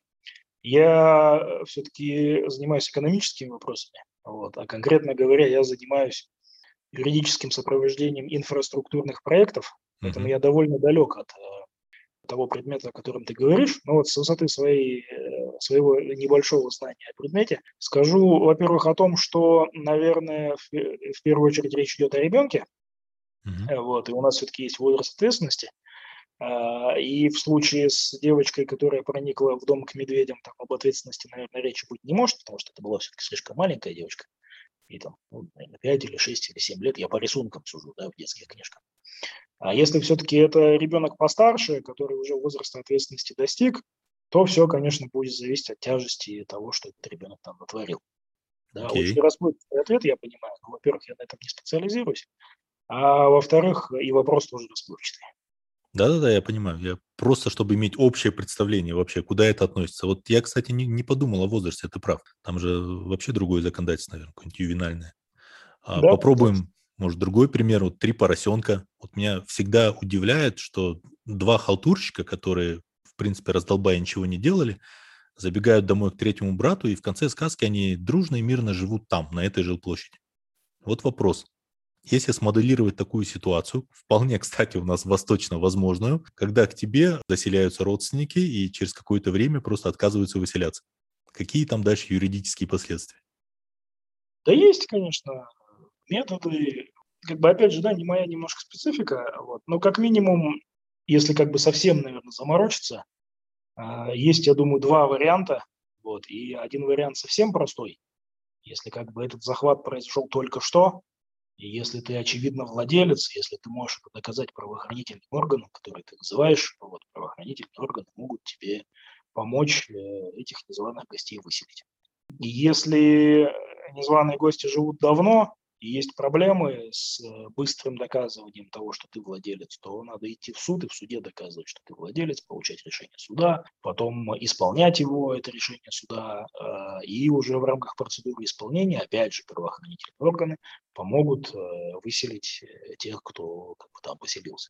Я все-таки занимаюсь экономическими вопросами, вот, а конкретно говоря, я занимаюсь юридическим сопровождением инфраструктурных проектов, поэтому uh-huh. я довольно далек от э, того предмета, о котором ты говоришь. Но вот с высоты своей, э, своего небольшого знания о предмете скажу, во-первых, о том, что, наверное, в, в первую очередь речь идет о ребенке, uh-huh. вот, и у нас все-таки есть возраст ответственности. И в случае с девочкой, которая проникла в дом к медведям, там об ответственности, наверное, речи быть не может, потому что это была все-таки слишком маленькая девочка. И там, ну, наверное, пять или шесть или семь лет, я по рисункам сужу, да, в детских книжках. А если все-таки это ребенок постарше, который уже возраста ответственности достиг, то все, конечно, будет зависеть от тяжести того, что этот ребенок там натворил. Да, okay. Очень расплывчатый ответ, я понимаю. Но, во-первых, я на этом не специализируюсь, а во-вторых, и вопрос тоже расплывчатый. Да-да-да, я понимаю. Я просто, чтобы иметь общее представление вообще, куда это относится. Вот я, кстати, не, не подумал о возрасте, ты прав. Там же вообще другое законодательство, наверное, какое-нибудь ювенальное. А, да, попробуем, да. Может, другой пример. Вот «Три поросенка». Вот меня всегда удивляет, что два халтурщика, которые, в принципе, раздолбая ничего не делали, забегают домой к третьему брату, и в конце сказки они дружно и мирно живут там, на этой жилплощади. Вот вопрос. Если смоделировать такую ситуацию, вполне, кстати, у нас восточно возможную, когда к тебе заселяются родственники и через какое-то время просто отказываются выселяться. Какие там дальше юридические последствия? Да есть, конечно, методы. Как бы, опять же, да, не моя немножко специфика, вот, но как минимум, если как бы совсем, наверное, заморочиться, а, есть, я думаю, два варианта, вот, и один вариант совсем простой. Если как бы этот захват произошел только что, и если ты очевидно владелец, если ты можешь это доказать правоохранительным органам, которые ты называешь, вот, правоохранительные органы могут тебе помочь э, этих незваных гостей выселить. И если незваные гости живут давно, и есть проблемы с э, быстрым доказыванием того, что ты владелец, то надо идти в суд и в суде доказывать, что ты владелец, получать решение суда, потом исполнять его, это решение суда, э, и уже в рамках процедуры исполнения, опять же, правоохранительные органы помогут э, выселить э, тех, кто как бы, там поселился.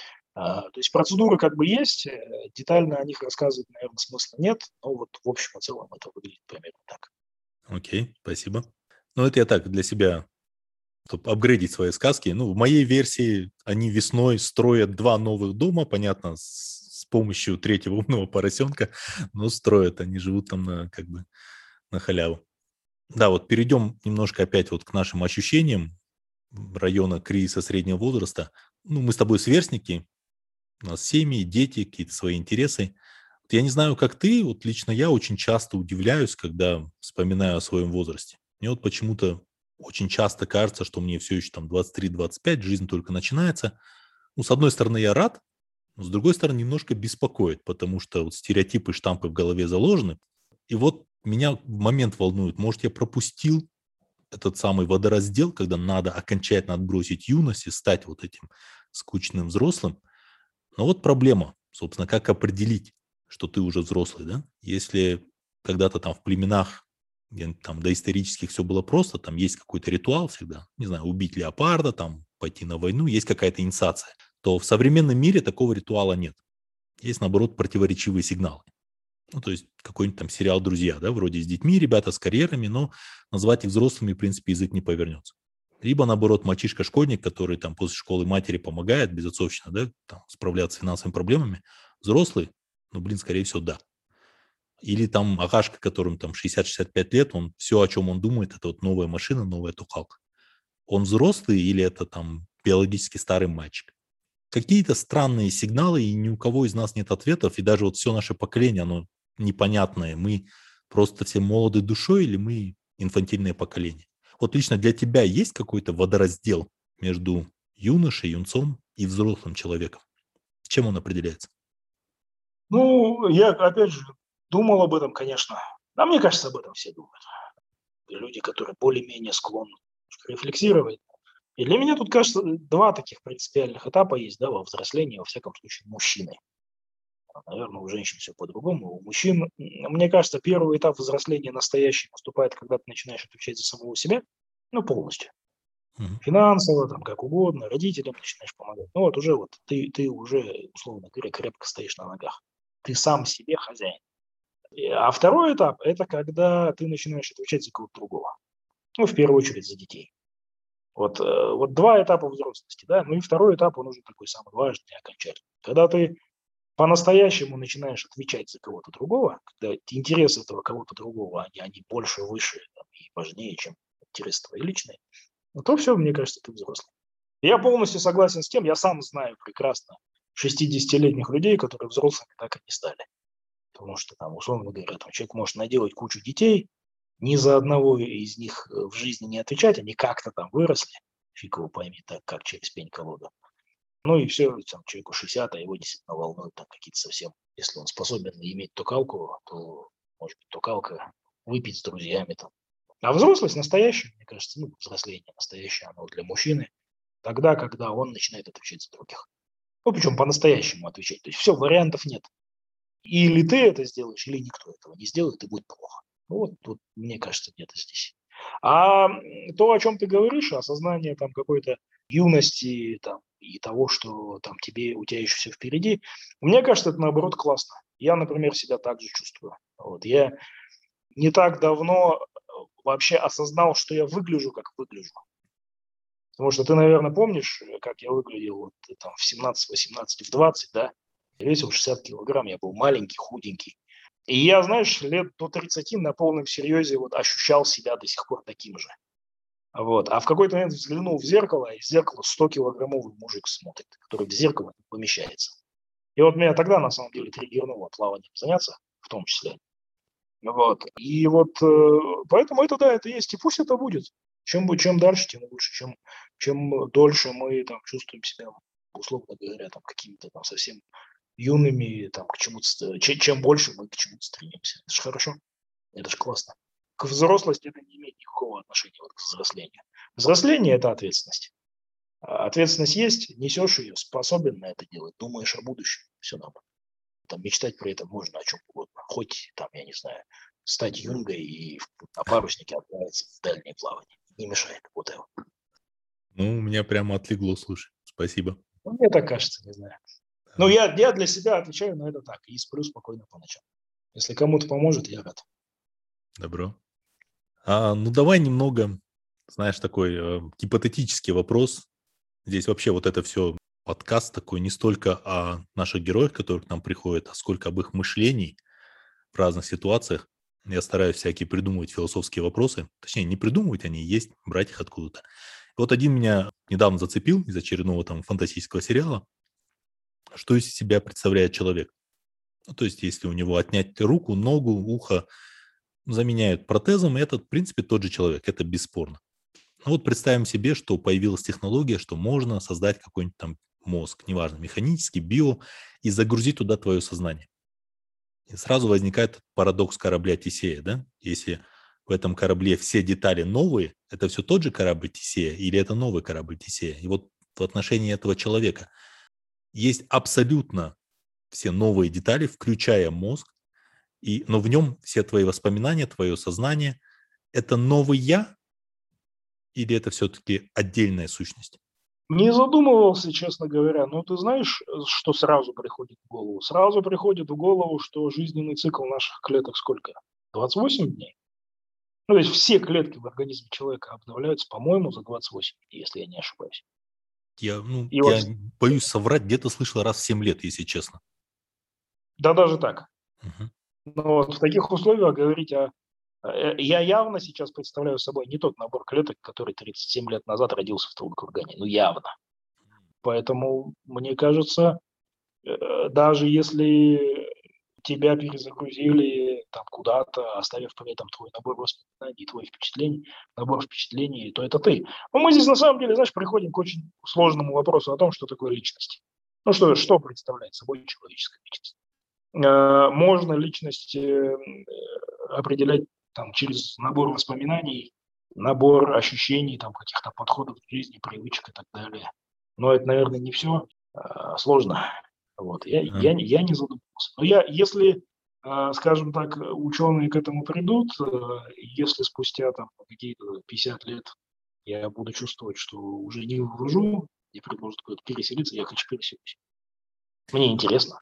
А, то есть процедуры как бы есть, э, детально о них рассказывать, наверное, смысла нет, но вот в общем и целом это выглядит примерно так. Окей, спасибо. Ну, это я так для себя, чтобы апгрейдить свои сказки. Ну, в моей версии они весной строят два новых дома, понятно, с, с помощью третьего умного поросенка, но строят, они живут там на, как бы, на халяву. Да, вот перейдем немножко опять вот к нашим ощущениям района кризиса среднего возраста. Ну, мы с тобой сверстники, у нас семьи, дети, какие-то свои интересы. Вот я не знаю, как ты, вот лично я очень часто удивляюсь, когда вспоминаю о своем возрасте. Мне вот почему-то очень часто кажется, что мне все еще там двадцать три двадцать пять, жизнь только начинается. Ну, с одной стороны, я рад, но с другой стороны, немножко беспокоит, потому что вот стереотипы, штампы в голове заложены. И вот меня в момент волнует, может, я пропустил этот самый водораздел, когда надо окончательно отбросить юность и стать вот этим скучным взрослым. Но вот проблема, собственно, как определить, что ты уже взрослый, да? Если когда-то там в племенах, где там доисторических все было просто, там есть какой-то ритуал всегда, не знаю, убить леопарда, там пойти на войну, есть какая-то инициация, то в современном мире такого ритуала нет. Есть, наоборот, противоречивые сигналы. Ну, то есть какой-нибудь там сериал «Друзья», да, вроде с детьми, ребята с карьерами, но назвать их взрослыми, в принципе, язык не повернется. Либо, наоборот, мальчишка-школьник, который там после школы матери помогает, безотцовщина, да, там, справляться с финансовыми проблемами. Взрослый, ну, блин, скорее всего, да. Или там агашка, которому там шестьдесят-шестьдесят пять лет, он все, о чем он думает, это вот новая машина, новая тухалка. Он взрослый или это там биологически старый мальчик? Какие-то странные сигналы, и ни у кого из нас нет ответов, и даже вот все наше поколение, оно непонятное. Мы просто все молоды душой или мы инфантильное поколение? Вот лично для тебя есть какой-то водораздел между юношей, юнцом и взрослым человеком? Чем он определяется? Ну, я, опять же, думал об этом, конечно. А мне кажется, об этом все думают. Люди, которые более-менее склонны рефлексировать. И для меня тут, кажется, два таких принципиальных этапа есть, да, во взрослении, во всяком случае, мужчины. Наверное, у женщин все по-другому, у мужчин. Мне кажется, первый этап взросления настоящий наступает, когда ты начинаешь отвечать за самого себя, ну, полностью. Мгм. Финансово, там, как угодно, родителям начинаешь помогать. Ну, вот уже вот ты, ты уже, условно говоря, крепко стоишь на ногах. Ты сам себе хозяин. И- А второй этап – это когда ты начинаешь отвечать за кого-то другого. Ну, в первую очередь, за детей. Вот, э, вот два этапа взрослости, да, ну и второй этап, он уже такой самый важный и окончательный. Когда ты по-настоящему начинаешь отвечать за кого-то другого, когда интересы этого кого-то другого, они, они больше, выше там, и важнее, чем интересы твои личные, ну, то все, мне кажется, ты взрослый. Я полностью согласен с тем, я сам знаю прекрасно шестидесятилетних людей, которые взрослыми так и не стали. Потому что там, условно говоря, там человек может наделать кучу детей, ни за одного из них э, в жизни не отвечать, они как-то там выросли, фиг его пойми, так как через пень-колоду. Ну и все, там, человеку шестьдесят, а его действительно волнуют там какие-то совсем, если он способен иметь токалку, то может быть токалка, выпить с друзьями там. А взрослость настоящая, мне кажется, ну, взросление настоящее, оно для мужчины, тогда, когда он начинает отвечать за других. Ну, причем по-настоящему отвечать. То есть все, вариантов нет. Или ты это сделаешь, или никто этого не сделает, и будет плохо. Ну, вот тут, мне кажется, где-то здесь. А то, о чем ты говоришь, осознание там какой-то юности там, и того, что там тебе, у тебя еще все впереди, мне кажется, это наоборот классно. Я, например, себя так же чувствую. Вот. Я не так давно вообще осознал, что я выгляжу, как выгляжу. Потому что ты, наверное, помнишь, как я выглядел вот, там, в семнадцать, восемнадцать, в двадцать, да? Я весил шестьдесят килограмм, я был маленький, худенький. И я, знаешь, лет до тридцати на полном серьезе вот ощущал себя до сих пор таким же. Вот. А в какой-то момент взглянул в зеркало, и в зеркало сто-килограммовый мужик смотрит, который в зеркало не помещается. И вот меня тогда, на самом деле, триггернуло плаванием заняться, в том числе. Вот. И вот э, поэтому это, да, это есть, и пусть это будет. Чем, чем дальше, тем лучше. Чем, чем дольше мы там чувствуем себя, условно говоря, там, какими-то там совсем юными, там, к чему-то, чем, чем больше мы к чему-то стремимся. Это же хорошо, это же классно. К взрослости это не имеет никакого отношения вот, к взрослению. Взросление – это ответственность. А ответственность есть, несешь ее, способен на это делать, думаешь о будущем, все нормально. Там мечтать при этом можно о чем угодно. Хоть, там, я не знаю, стать юнгой и на паруснике отправиться в дальнее плавание. Не мешает. Вот это. Ну, у меня прямо отлегло, слушай. Спасибо. Ну, мне так кажется, не знаю. Но я, я для себя отвечаю на это так. И сплю спокойно по ночам. Если кому-то поможет, я рад. Добро. А, ну, давай немного, знаешь, такой э, гипотетический вопрос. Здесь вообще вот это все подкаст такой не столько о наших героях, которые к нам приходят, а сколько об их мышлении в разных ситуациях. Я стараюсь всякие придумывать философские вопросы. Точнее, не придумывать, они есть, брать их откуда-то. И вот один меня недавно зацепил из очередного там фантастического сериала. Что из себя представляет человек? Ну, то есть, если у него отнять руку, ногу, ухо, заменяют протезом, и это, в принципе, тот же человек. Это бесспорно. Ну вот представим себе, что появилась технология, что можно создать какой-нибудь там мозг, неважно, механический, био, и загрузить туда твое сознание. И сразу возникает парадокс корабля Тесея, да? Если в этом корабле все детали новые, это все тот же корабль Тесея или это новый корабль Тесея? И вот в отношении этого человека есть абсолютно все новые детали, включая мозг, и, но в нем все твои воспоминания, твое сознание – это новый я или это все-таки отдельная сущность? Не задумывался, честно говоря. Но ты знаешь, что сразу приходит в голову? Сразу приходит в голову, что жизненный цикл наших клеток сколько? двадцать восемь дней? Ну, то есть все клетки в организме человека обновляются, по-моему, за двадцать восемь дней, если я не ошибаюсь. Я, ну, И вот, я боюсь соврать, где-то слышал раз в семь лет, если честно. да даже так. Мгм. Но вот в таких условиях говорить о... э, Я явно сейчас представляю собой не тот набор клеток, который тридцать семь лет назад родился в твоем кургане. Ну, явно. Поэтому, мне кажется, э, даже если тебя перезагрузили там куда-то, оставив при этом твой набор воспоминаний, твои впечатлений, набор впечатлений, то это ты. Но мы здесь на самом деле, знаешь, приходим к очень сложному вопросу о том, что такое личность. Ну что, что представляет собой человеческая личность? Э, Можно личность э, определять там, через набор воспоминаний, набор ощущений, там, каких-то подходов к жизни, привычек и так далее. Но это, наверное, не все. Сложно. Вот. Я, А, я, я не задумывался. Но я, если, э, скажем так, ученые к этому придут, э, если спустя там, какие-то пятьдесят лет я буду чувствовать, что уже не вывожу, мне предложат куда-то переселиться, я хочу переселиться. Мне интересно.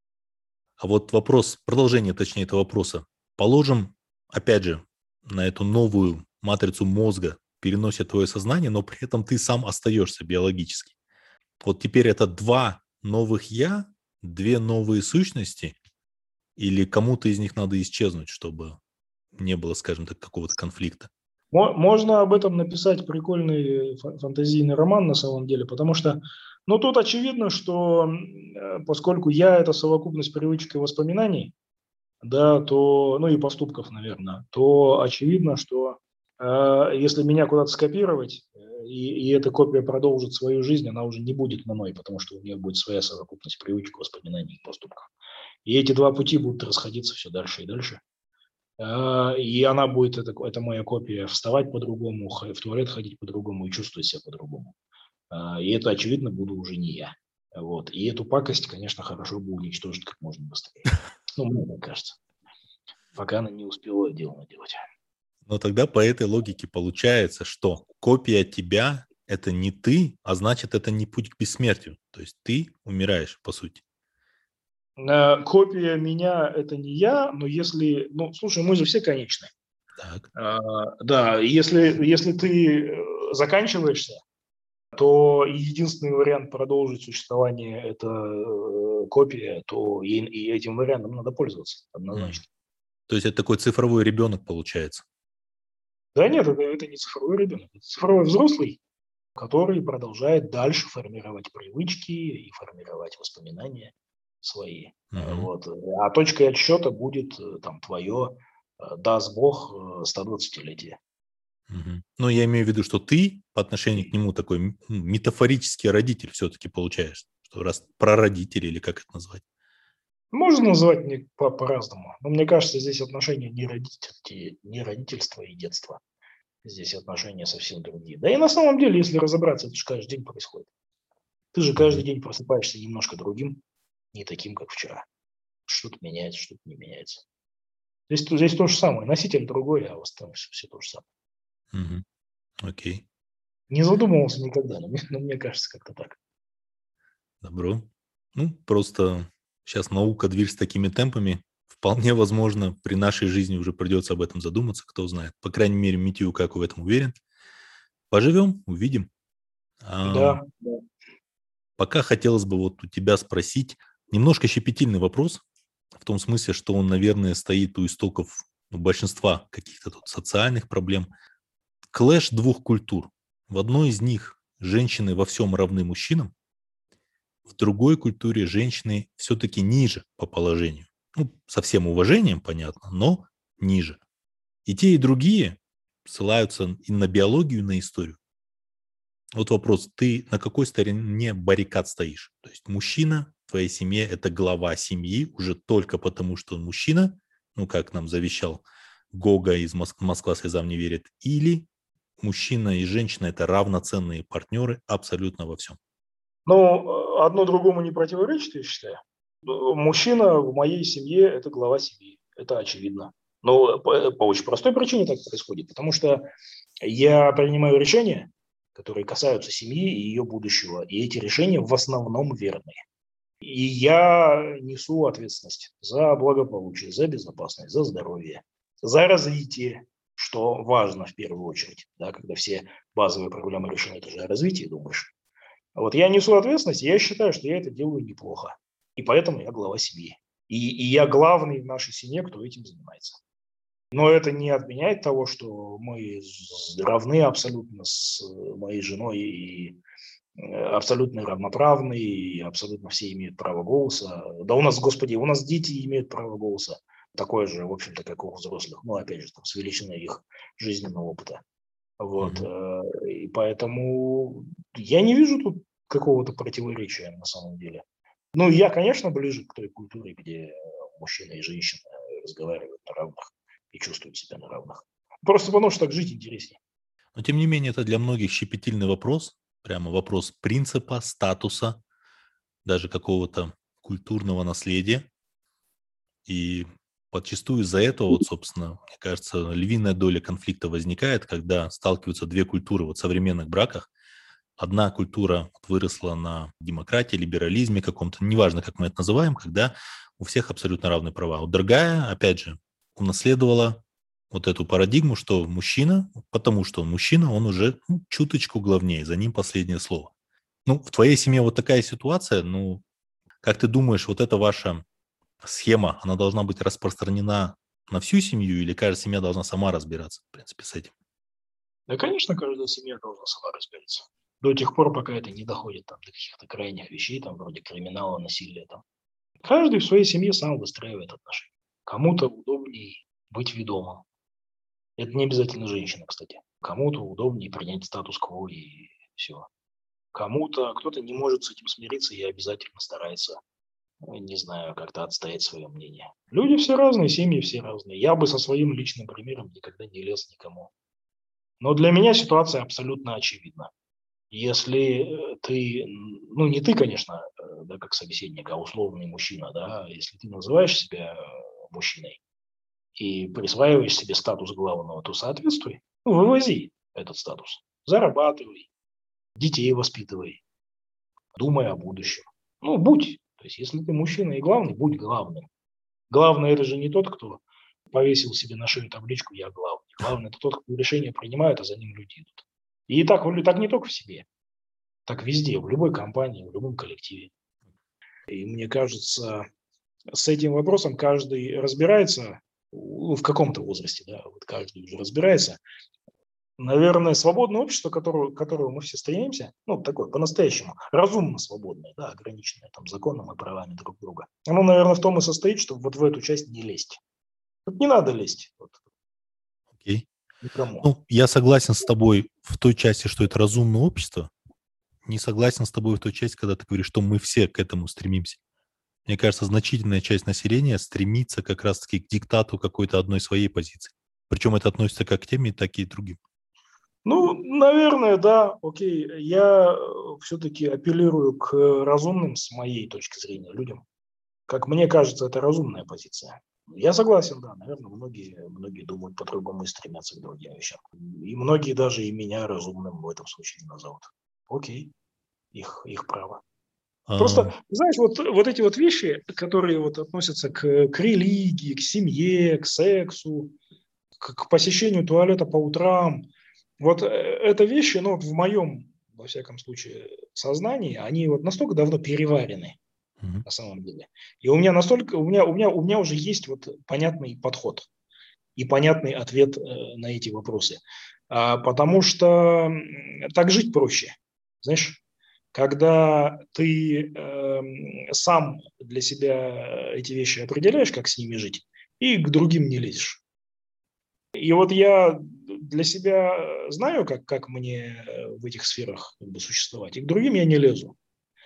а вот вопрос, продолжение, точнее, этого вопроса. Положим, опять же, на эту новую матрицу мозга переносят твое сознание, но при этом ты сам остаешься биологически. Вот теперь это два новых я, две новые сущности, или кому-то из них надо исчезнуть, чтобы не было, скажем так, какого-то конфликта? Мо- Можно об этом написать прикольный фа- фантазийный роман на самом деле, потому что, ну, тут очевидно, что э, поскольку я – это совокупность привычек и воспоминаний, да, то, ну и поступков, наверное, то очевидно, что э, если меня куда-то скопировать, э, и, и эта копия продолжит свою жизнь, она уже не будет мной, потому что у нее будет своя совокупность привычек, воспоминаний и поступков. И эти два пути будут расходиться все дальше и дальше. А, И она будет, это, это моя копия, вставать по-другому, х- в туалет ходить по-другому и чувствовать себя по-другому. А, И это, очевидно, буду уже не я. Вот. И эту пакость, конечно, хорошо бы уничтожить как можно быстрее. Ну, мне так кажется. Пока она не успела дело наделать. Но тогда по этой логике получается, что копия тебя – это не ты, а значит, это не путь к бессмертию. То есть ты умираешь, по сути. Э, Копия меня – это не я, но если… Ну, слушай, мы же все конечны. Так. А, Да, если, если ты э, заканчиваешься, то единственный вариант продолжить существование – это э, копия, то и, и этим вариантом надо пользоваться М. однозначно. То есть это такой цифровой ребенок получается. Да нет, это, это не цифровой ребенок, это цифровой взрослый, который продолжает дальше формировать привычки и формировать воспоминания свои. Э, Мгм. Вот. А точкой отсчета будет э, там твое, э, даст Бог, э, сто двадцатилетие. Мгм. Но я имею в виду, что ты по отношению к нему такой м, м, метафорический родитель все-таки получаешь. Что раз прародитель или как это назвать? Можно называть мне по- по-разному, но мне кажется, здесь отношения не, родитель, не родительства и детства. Здесь отношения совсем другие. Да и на самом деле, если разобраться, это же каждый день происходит. Ты же каждый Мгм. день просыпаешься немножко другим, не таким, как вчера. Что-то меняется, что-то не меняется. Здесь, то- здесь то же самое. Носитель другой, а в остальном все, все то же самое. Мгм. Окей. Не задумывался никогда, но мне, но мне кажется, как-то так. Добро. Ну, просто сейчас наука движется такими темпами. Вполне возможно, при нашей жизни уже придется об этом задуматься, кто знает. По крайней мере, Митю как в этом уверен. Поживем, увидим. Ам, Да, да. Пока хотелось бы вот у тебя спросить немножко щепетильный вопрос, в том смысле, что он, наверное, стоит у истоков ну, большинства каких-то тут социальных проблем. Клэш двух культур. В одной из них женщины во всем равны мужчинам, в другой культуре женщины все-таки ниже по положению. Ну, со всем уважением, понятно, но ниже. И те, и другие ссылаются и на биологию, и на историю. Вот вопрос, ты на какой стороне баррикад стоишь? То есть мужчина в твоей семье – это глава семьи уже только потому, что он мужчина, ну, как нам завещал Гога из Моск- «Москва слезам не верит», или мужчина и женщина – это равноценные партнеры абсолютно во всем. Но э, одно другому не противоречит, я считаю. Э, Мужчина в моей семье – это глава семьи. Это очевидно. Но по, по очень простой причине так происходит. Потому что я принимаю решения, которые касаются семьи и ее будущего. И эти решения в основном верные. И я несу ответственность за благополучие, за безопасность, за здоровье, за развитие, что важно в первую очередь. Да, когда все базовые проблемы решены, это же о развитии думаешь. Вот я несу ответственность, и я считаю, что я это делаю неплохо. И поэтому я глава семьи. И, и я главный в нашей семье, кто этим занимается. Но это не отменяет того, что мы равны абсолютно с моей женой и абсолютно равноправны, и абсолютно все имеют право голоса. Да у нас, господи, у нас дети имеют право голоса. Такое же, в общем-то, как у взрослых. Ну, опять же, там, с величиной их жизненного опыта. Вот. Мгм. э, И поэтому я не вижу тут какого-то противоречия на самом деле. Ну, я, конечно, ближе к той культуре, где мужчина и женщина разговаривают на равных и чувствуют себя на равных. Просто потому, что так жить интереснее. Но тем не менее, это для многих щепетильный вопрос, прямо вопрос принципа, статуса, даже какого-то культурного наследия. И подчастую из-за этого, вот, собственно, мне кажется, львиная доля конфликта возникает, когда сталкиваются две культуры вот, в современных браках. Одна культура вот выросла на демократии, либерализме каком-то, неважно, как мы это называем, когда у всех абсолютно равные права. Вот другая, опять же, унаследовала вот эту парадигму, что мужчина, потому что он мужчина, он уже ну, чуточку главнее, за ним последнее слово. Ну, в твоей семье вот такая ситуация, ну, как ты думаешь, вот эта ваша схема, она должна быть распространена на всю семью или каждая семья должна сама разбираться, в принципе, с этим? Да, конечно, каждая семья должна сама разбираться. До тех пор, пока это не доходит там, до каких-то крайних вещей, там, вроде криминала, насилия. Там. Каждый в своей семье сам выстраивает отношения. Кому-то удобнее быть ведомым. Это не обязательно женщина, кстати. Кому-то удобнее принять статус-кво и все. Кому-то, кто-то не может с этим смириться и обязательно старается, э, не знаю, как-то отстоять свое мнение. Люди все разные, семьи все разные. Я бы со своим личным примером никогда не лез никому. Но для меня ситуация абсолютно очевидна. Если э, ты, м, ну не ты, конечно, э, да, как собеседник, а условный мужчина, да, если ты называешь себя э, мужчиной и присваиваешь себе статус главного, то соответствуй, ну, вывози этот статус, зарабатывай, детей воспитывай, думай о будущем. Ну, будь. есть если ты мужчина и главный, будь главным. Главный – это же не тот, кто повесил себе на шею табличку «Я главный». Главный – это тот, кто решения принимает, а за ним люди идут. И так, так не только в себе, так везде, в любой компании, в любом коллективе. И мне кажется, с этим вопросом каждый разбирается, ну, в каком-то возрасте, да, вот каждый уже разбирается. Наверное, свободное общество, к которому, к которому мы все стремимся, ну, такое, по-настоящему, разумно свободное, да, ограниченное там законом и правами друг друга, оно, наверное, в том и состоит, что вот в эту часть не лезть. Тут не надо лезть. Вот. Окей. Никому. Ну, я согласен с тобой в той части, что это разумное общество. Не согласен с тобой в той части, когда ты говоришь, что мы все к этому стремимся. Мне кажется, значительная часть населения стремится как раз-таки к диктату какой-то одной своей позиции. Причем это относится как к тем, так и к другим. Ну, наверное, да, окей. Я все-таки апеллирую к разумным, с моей точки зрения, людям. Как мне кажется, это разумная позиция. Я согласен, да, наверное, многие, многие думают по-другому и стремятся к другим вещам. И многие даже и меня разумным в этом случае не назовут. Окей, их, их право. Просто, знаешь, вот, вот эти вот вещи, которые вот относятся к, к религии, к семье, к сексу, к, к посещению туалета по утрам, вот это вещи, ну, вот в моем, во всяком случае, сознании, они вот настолько давно переварены, mm-hmm. на самом деле. И у меня настолько, у меня, у меня, у меня уже есть вот понятный подход и понятный ответ э, на эти вопросы. А, потому что так жить проще, знаешь. Когда ты э, сам для себя эти вещи определяешь, как с ними жить, и к другим не лезешь. И вот я для себя знаю, как, как мне в этих сферах как бы существовать, и к другим я не лезу.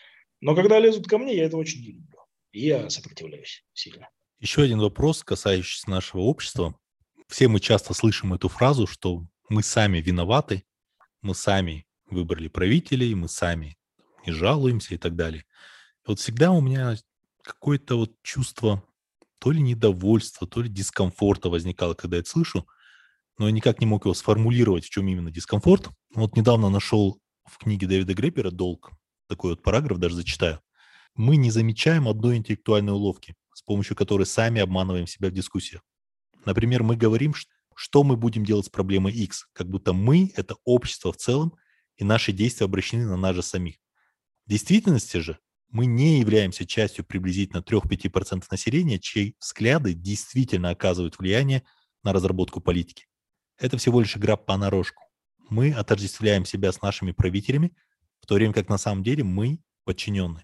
Но когда лезут ко мне, я это очень не люблю. И я сопротивляюсь сильно. Еще один вопрос, касающийся нашего общества. Все мы часто слышим эту фразу, что мы сами виноваты, мы сами выбрали правителей, мы сами не жалуемся и так далее. И вот всегда у меня какое-то вот чувство то ли недовольства, то ли дискомфорта возникало, когда я это слышу, но я никак не мог его сформулировать, в чем именно дискомфорт. Вот недавно нашел в книге Дэвида Гребера «Долг», такой вот параграф даже зачитаю. Мы не замечаем одной интеллектуальной уловки, с помощью которой сами обманываем себя в дискуссиях. Например, мы говорим, что мы будем делать с проблемой X, как будто мы – это общество в целом, и наши действия обращены на нас же самих. В действительности же мы не являемся частью приблизительно три-пять процентов населения, чьи взгляды действительно оказывают влияние на разработку политики. Это всего лишь игра понарошку. Мы отождествляем себя с нашими правителями, в то время как на самом деле мы подчиненные.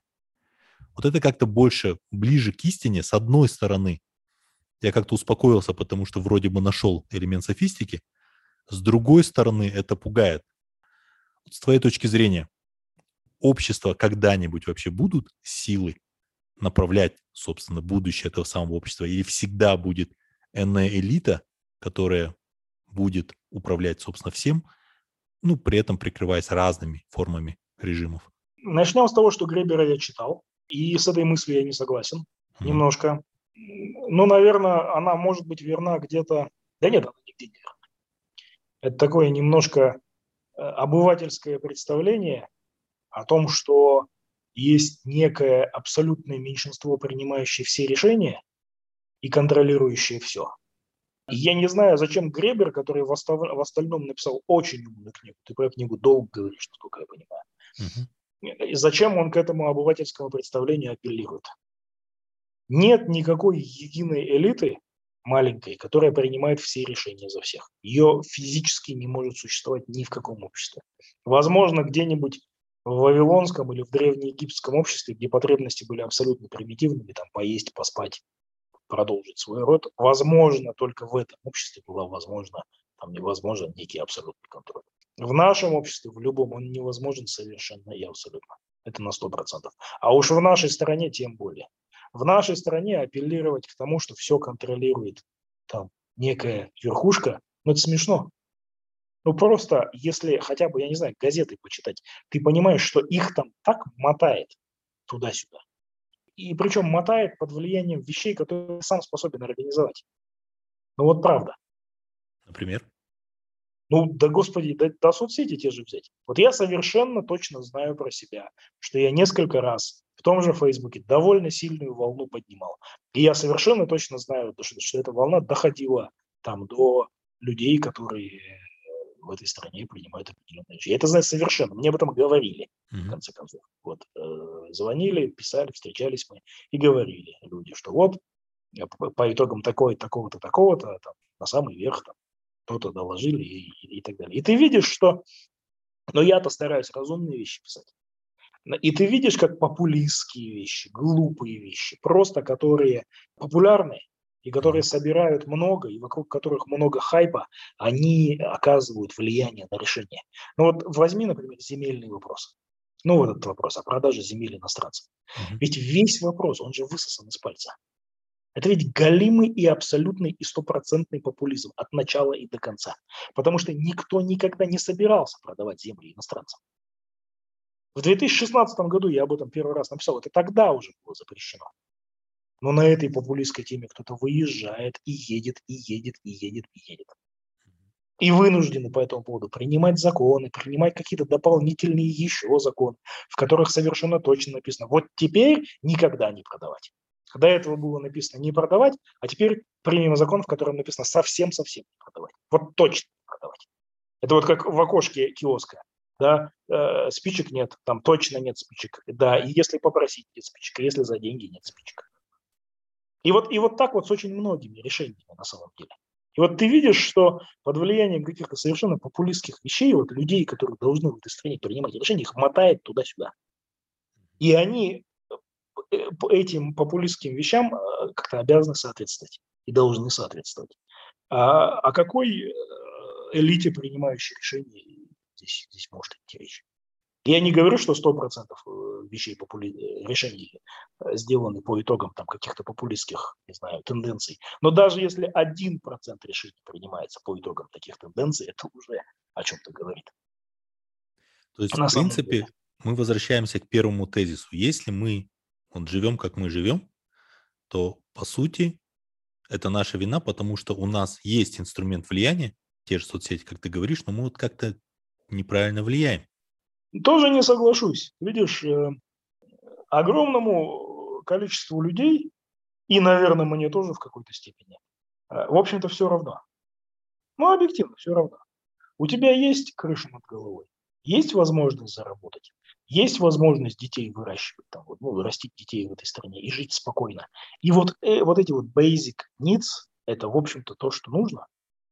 Вот это как-то больше ближе к истине. С одной стороны, я как-то успокоился, потому что вроде бы нашел элемент софистики. С другой стороны, это пугает. Вот с твоей точки зрения, общества когда-нибудь вообще будут силы направлять, собственно, будущее этого самого общества? Или всегда будет энная элита, которая будет управлять, собственно, всем, ну, при этом прикрываясь разными формами режимов? Начнем с того, что Гребера я читал, и с этой мыслью я не согласен mm-hmm. немножко. Ну, наверное, она может быть верна где-то... Да нет, она нигде не верна. Это такое немножко обывательское представление о том, что есть некое абсолютное меньшинство, принимающее все решения и контролирующее все. И я не знаю, зачем Гребер, который в, остав... в остальном написал очень умную книгу, ты про книгу «Долг» говоришь, насколько я понимаю, uh-huh. и зачем он к этому обывательскому представлению апеллирует. Нет никакой единой элиты маленькой, которая принимает все решения за всех. Ее физически не может существовать ни в каком обществе. Возможно, где-нибудь в вавилонском или в древнеегипетском обществе, где потребности были абсолютно примитивными, там поесть, поспать, продолжить свой род, возможно, только в этом обществе было возможно, там невозможен некий абсолютный контроль. В нашем обществе, в любом, он невозможен совершенно и абсолютно. Это на сто процентов. А уж в нашей стране тем более. В нашей стране апеллировать к тому, что все контролирует там некая верхушка, ну это смешно. Ну просто, если хотя бы, я не знаю, газеты почитать, ты понимаешь, что их там так мотает туда-сюда. И причем мотает под влиянием вещей, которые сам способен организовать. Ну вот правда. Например? Ну, да господи, да, да соцсети те же взять. Вот я совершенно точно знаю про себя, что я несколько раз в том же Фейсбуке довольно сильную волну поднимал. И я совершенно точно знаю, что, что эта волна доходила там до людей, которые в этой стране принимают определенные решения. Я это знаю совершенно. Мне об этом говорили, mm-hmm. в конце концов. Вот, э, звонили, писали, встречались мы и говорили люди, что вот по, по итогам такой, такого-то, такого-то, там, на самый верх там, кто-то доложили и, и, и так далее. И ты видишь, что... Но я-то стараюсь разумные вещи писать. И ты видишь, как популистские вещи, глупые вещи, просто которые популярны, и которые собирают много, и вокруг которых много хайпа, они оказывают влияние на решение. Ну вот возьми, например, земельный вопрос. Ну вот этот вопрос о продаже земель иностранцам. Uh-huh. Ведь весь вопрос, он же высосан из пальца. Это ведь галимый и абсолютный и стопроцентный популизм от начала и до конца. Потому что никто никогда не собирался продавать земли иностранцам. В две тысячи шестнадцатом году я об этом первый раз написал. Это тогда уже было запрещено. Но на этой популистской теме кто-то выезжает и едет, и едет, и едет, и едет. И вынуждены по этому поводу принимать законы, принимать какие-то дополнительные еще законы, в которых совершенно точно написано, вот теперь никогда не продавать. До этого было написано не продавать, а теперь примем закон, в котором написано совсем-совсем не продавать. Вот точно не продавать. Это вот как в окошке киоска. Да, э, спичек нет, там точно нет спичек. Да, и если попросить, нет спичек, если за деньги нет спичек. И вот, и вот так вот с очень многими решениями на самом деле. И вот ты видишь, что под влиянием каких-то совершенно популистских вещей, вот людей, которые должны в этой стране принимать решения, их мотает туда-сюда. И они этим популистским вещам как-то обязаны соответствовать и должны соответствовать. А о какой элите, принимающей решения, здесь, здесь может идти речь? Я не говорю, что сто процентов вещей, попули... решений сделаны по итогам там, каких-то популистских, не знаю, тенденций. Но даже если один процент решений принимается по итогам таких тенденций, это уже о чем-то говорит. То есть, На в принципе, мы возвращаемся к первому тезису. Если мы вот, живем, как мы живем, то, по сути, это наша вина, потому что у нас есть инструмент влияния, те же соцсети, как ты говоришь, но мы вот как-то неправильно влияем. Тоже не соглашусь. Видишь, э, огромному количеству людей, и, наверное, мне тоже в какой-то степени, э, в общем-то, все равно. Ну, объективно, все равно. У тебя есть крыша над головой, есть возможность заработать, есть возможность детей выращивать, там, ну, растить детей в этой стране и жить спокойно. И вот, э, вот эти вот basic needs, это, в общем-то, то, что нужно.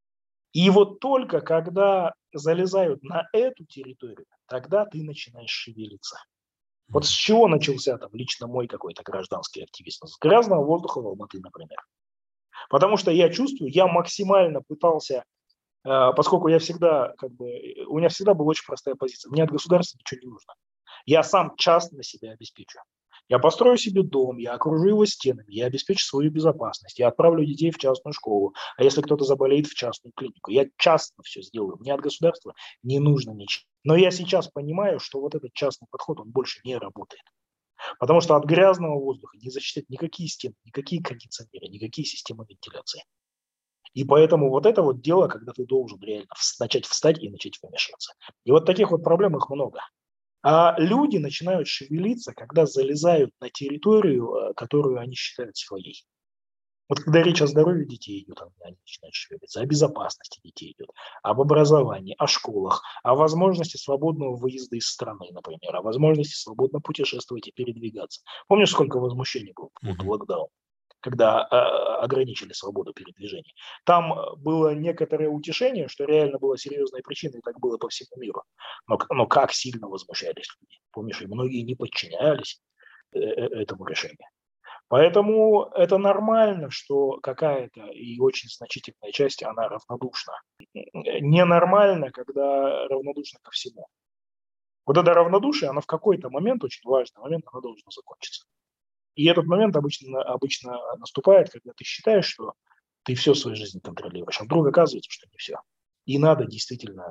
И вот только когда залезают на эту территорию, тогда ты начинаешь шевелиться. Вот с чего начался там лично мой какой-то гражданский активизм? С грязного воздуха в Алматы, например. Потому что я чувствую, я максимально пытался, поскольку я всегда, как бы, у меня всегда была очень простая позиция. Мне от государства ничего не нужно. Я сам частно себя обеспечу. Я построю себе дом, я окружу его стенами, я обеспечу свою безопасность, я отправлю детей в частную школу, а если кто-то заболеет, в частную клинику. Я частно все сделаю, мне от государства не нужно ничего. Но я сейчас понимаю, что вот этот частный подход, он больше не работает. Потому что от грязного воздуха не защитят никакие стены, никакие кондиционеры, никакие системы вентиляции. И поэтому вот это вот дело, когда ты должен реально начать встать и начать вмешиваться. И вот таких вот проблем их много. А люди начинают шевелиться, когда залезают на территорию, которую они считают своей. Вот когда речь о здоровье детей идет, они начинают шевелиться, о безопасности детей идет, об образовании, о школах, о возможности свободного выезда из страны, например, о возможности свободно путешествовать и передвигаться. Помнишь, сколько возмущений было по поводу локдауна, когда э, ограничили свободу передвижения? Там было некоторое утешение, что реально была серьезная причина, и так было по всему миру. Но, но как сильно возмущались люди. Помнишь, и многие не подчинялись э, этому решению. Поэтому это нормально, что какая-то и очень значительная часть, она равнодушна. Ненормально, когда равнодушна ко всему. Вот это равнодушие, оно в какой-то момент, очень важный момент, оно должно закончиться. И этот момент обычно, обычно наступает, когда ты считаешь, что ты все в своей жизни контролируешь, а вдруг оказывается, что не все. И надо действительно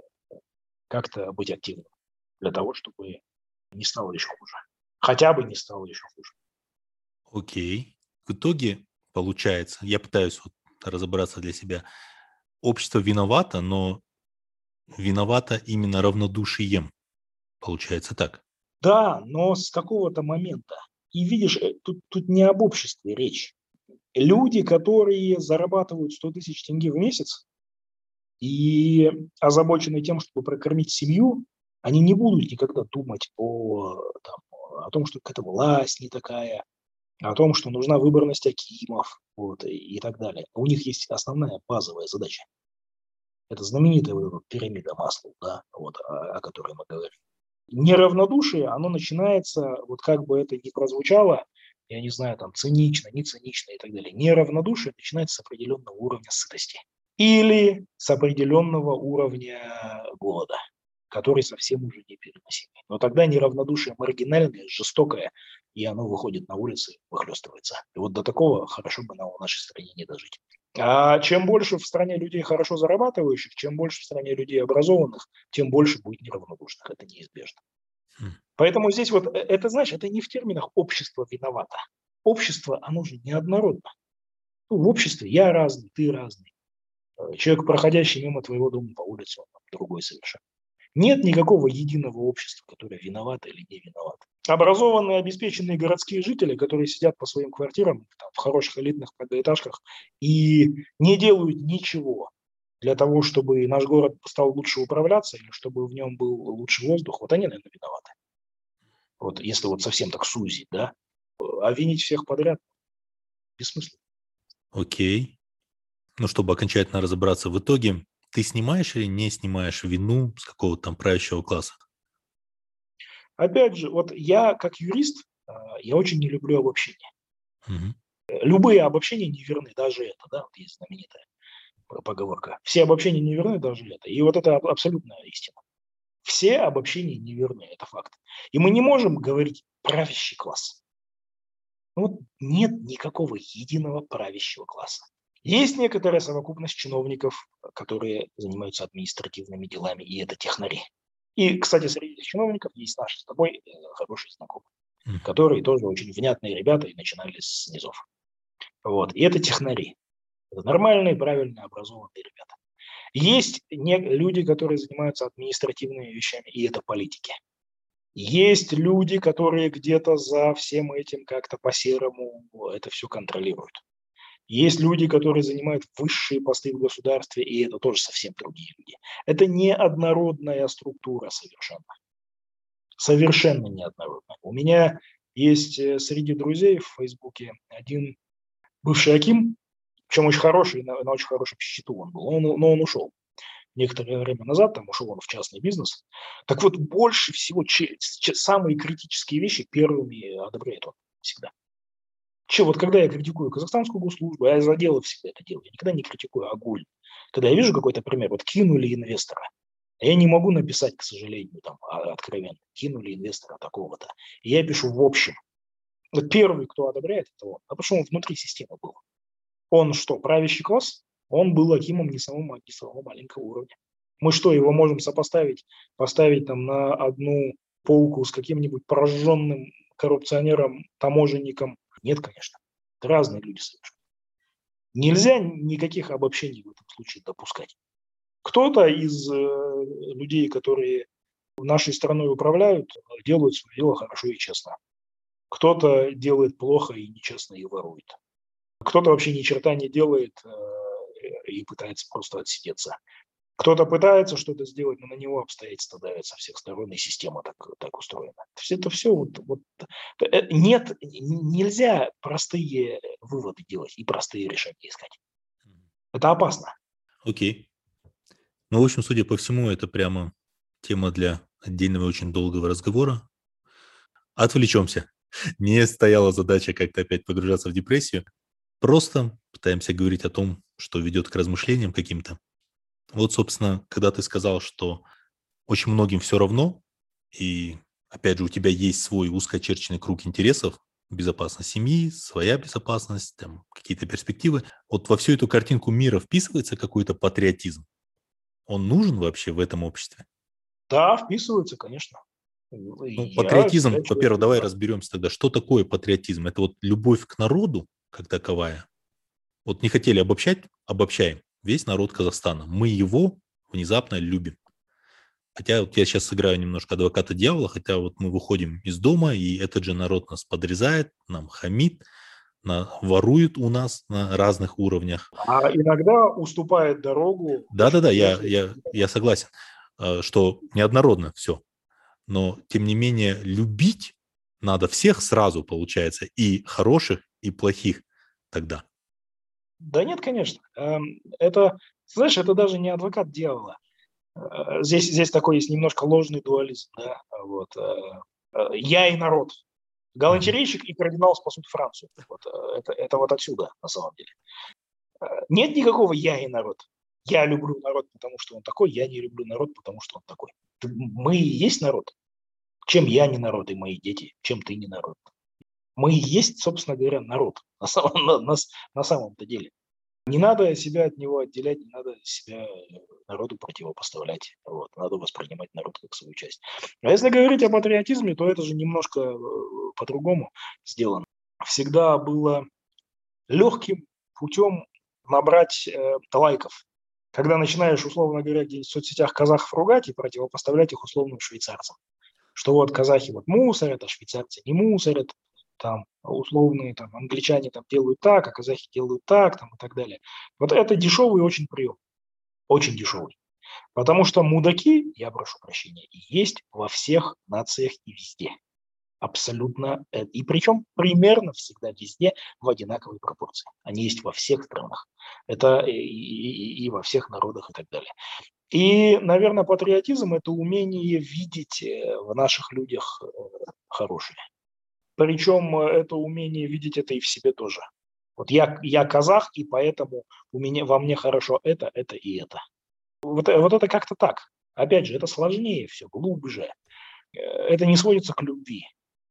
как-то быть активным для того, чтобы не стало еще хуже. Хотя бы не стало еще хуже. Окей. В итоге, получается, я пытаюсь вот разобраться для себя, общество виновато, но виновато именно равнодушием. Получается так. Да, но с какого-то момента. И видишь, э, тут, тут не об обществе речь. Люди, которые зарабатывают сто тысяч тенге в месяц и озабочены тем, чтобы прокормить семью, они не будут никогда думать о, там, о том, что какая-то власть не такая, о том, что нужна выборность акимов, вот, и, и так далее. У них есть основная базовая задача. Это знаменитая вот эта пирамида Маслоу, да, вот, о, о которой мы говорим. Неравнодушие, оно начинается, вот как бы это ни прозвучало, я не знаю, там, цинично, не цинично и так далее. Неравнодушие начинается с определенного уровня сытости или с определенного уровня голода, который совсем уже непереносимый. Но тогда неравнодушие маргинальное, жестокое, и оно выходит на улицы, выхлестывается. И вот до такого хорошо бы нам в нашей стране не дожить. А чем больше в стране людей хорошо зарабатывающих, чем больше в стране людей образованных, тем больше будет неравнодушных. Это неизбежно. Хм. Поэтому здесь вот, это, знаешь, это не в терминах «общество виновато». Общество, оно же неоднородно. Ну, в обществе я разный, ты разный. Человек, проходящий мимо твоего дома по улице, он другой совершенно. Нет никакого единого общества, которое виновато или не виновато. Образованные, обеспеченные городские жители, которые сидят по своим квартирам там, в хороших элитных многоэтажках и не делают ничего для того, чтобы наш город стал лучше управляться или чтобы в нем был лучший воздух, вот они, наверное, виноваты. Вот если вот совсем так сузить, да, а винить всех подряд бессмысленно. Окей. Ну, чтобы окончательно разобраться в итоге, ты снимаешь или не снимаешь вину с какого-то там правящего класса? Опять же, вот я как юрист, я очень не люблю обобщения. Угу. Любые обобщения не верны, даже это, да, вот есть знаменитая поговорка. Все обобщения не верны, даже это. И вот это абсолютная истина. Все обобщения не верны, это факт. И мы не можем говорить правящий класс. Вот нет никакого единого правящего класса. Есть некоторая совокупность чиновников, которые занимаются административными делами, и это технари. И, кстати, среди этих чиновников есть наши с тобой хорошие знакомые, mm. которые тоже очень внятные ребята и начинали с низов. Вот. И это технари. Это нормальные, правильные, образованные ребята. Есть не, люди, которые занимаются административными вещами, и это политики. Есть люди, которые где-то за всем этим как-то по-серому это все контролируют. Есть люди, которые занимают высшие посты в государстве, и это тоже совсем другие люди. Это неоднородная структура совершенно. Совершенно неоднородная. У меня есть среди друзей в Фейсбуке один бывший аким, причем очень хороший, на, на очень хорошем счету он был, он, но он ушел. Некоторое время назад, там ушел он в частный бизнес. Так вот, больше всего, че, че, самые критические вещи первыми одобряет он всегда. Че, вот когда я критикую казахстанскую госслужбу, я за дело всегда это делаю, я никогда не критикую огульно. Когда я вижу какой-то пример, вот кинули инвестора, я не могу написать, к сожалению, там, откровенно, кинули инвестора такого-то. И я пишу в общем. Вот первый, кто одобряет, это он. А потому что он внутри системы был. Он что, правящий класс? Он был акимом не самого, не самого маленького уровня. Мы что, его можем сопоставить, поставить там на одну полку с каким-нибудь пораженным коррупционером, таможенником? Нет, конечно. Это разные люди совершенно. Нельзя никаких обобщений в этом случае допускать. Кто-то из э, людей, которые нашей страной управляют, делают свое дело хорошо и честно. Кто-то делает плохо и нечестно и ворует. Кто-то вообще ни черта не делает э, и пытается просто отсидеться. Кто-то пытается что-то сделать, но на него обстоятельства давят со всех сторон, и система так, так устроена. Это все вот, вот нет, нельзя простые выводы делать и простые решения искать. Это опасно. Окей. Ну, в общем, судя по всему, это прямо тема для отдельного очень долгого разговора. Отвлечемся. Не стояла задача как-то опять погружаться в депрессию. Просто пытаемся говорить о том, что ведет к размышлениям каким-то. Вот, собственно, когда ты сказал, что очень многим все равно, и, опять же, у тебя есть свой узкоочерченный круг интересов, безопасность семьи, своя безопасность, там, какие-то перспективы. Вот во всю эту картинку мира вписывается какой-то патриотизм? Он нужен вообще в этом обществе? Да, вписывается, конечно. Ну, я, патриотизм, я во-первых, давай разберемся тогда, что такое патриотизм? Это вот любовь к народу как таковая? Вот не хотели обобщать, обобщаем. Весь народ Казахстана. Мы его внезапно любим. Хотя вот я сейчас сыграю немножко адвоката дьявола, хотя вот мы выходим из дома, и этот же народ нас подрезает, нам хамит, на, ворует у нас на разных уровнях. А иногда уступает дорогу. Да-да-да, я, я, я согласен, что неоднородно все. Но, тем не менее, любить надо всех сразу, получается, и хороших, и плохих тогда. Да нет, конечно. Это, знаешь, это даже не адвокат дьявола. Здесь, здесь такой есть немножко ложный дуализм. Да? Вот. Я и народ. Галантерейщик и кардинал спасут Францию. Вот. Это, это вот отсюда, на самом деле. Нет никакого «я и народ». Я люблю народ, потому что он такой, я не люблю народ, потому что он такой. Мы и есть народ. Чем я не народ и мои дети, чем ты не народ. Мы и есть, собственно говоря, народ на, самом, на, на, на самом-то деле. Не надо себя от него отделять, не надо себя народу противопоставлять. Вот. Надо воспринимать народ как свою часть. А если говорить о патриотизме, то это же немножко по-другому сделано. Всегда было легким путем набрать э, лайков. Когда начинаешь, условно говоря, в соцсетях казахов ругать и противопоставлять их условным швейцарцам. Что вот казахи вот мусорят, а швейцарцы не мусорят. Там условные там, англичане там делают так, а казахи делают так, там, и так далее. Вот это дешевый очень прием. Очень дешевый. Потому что мудаки, я прошу прощения, есть во всех нациях и везде. Абсолютно. И причем примерно всегда везде в одинаковой пропорции. Они есть во всех странах. Это и, и, и во всех народах и так далее. И, наверное, патриотизм – это умение видеть в наших людях хорошее. Причем это умение видеть это и в себе тоже. Вот я, я казах, и поэтому у меня, во мне хорошо это, это и это. Вот, вот это как-то так. Опять же, это сложнее все, глубже. Это не сводится к любви.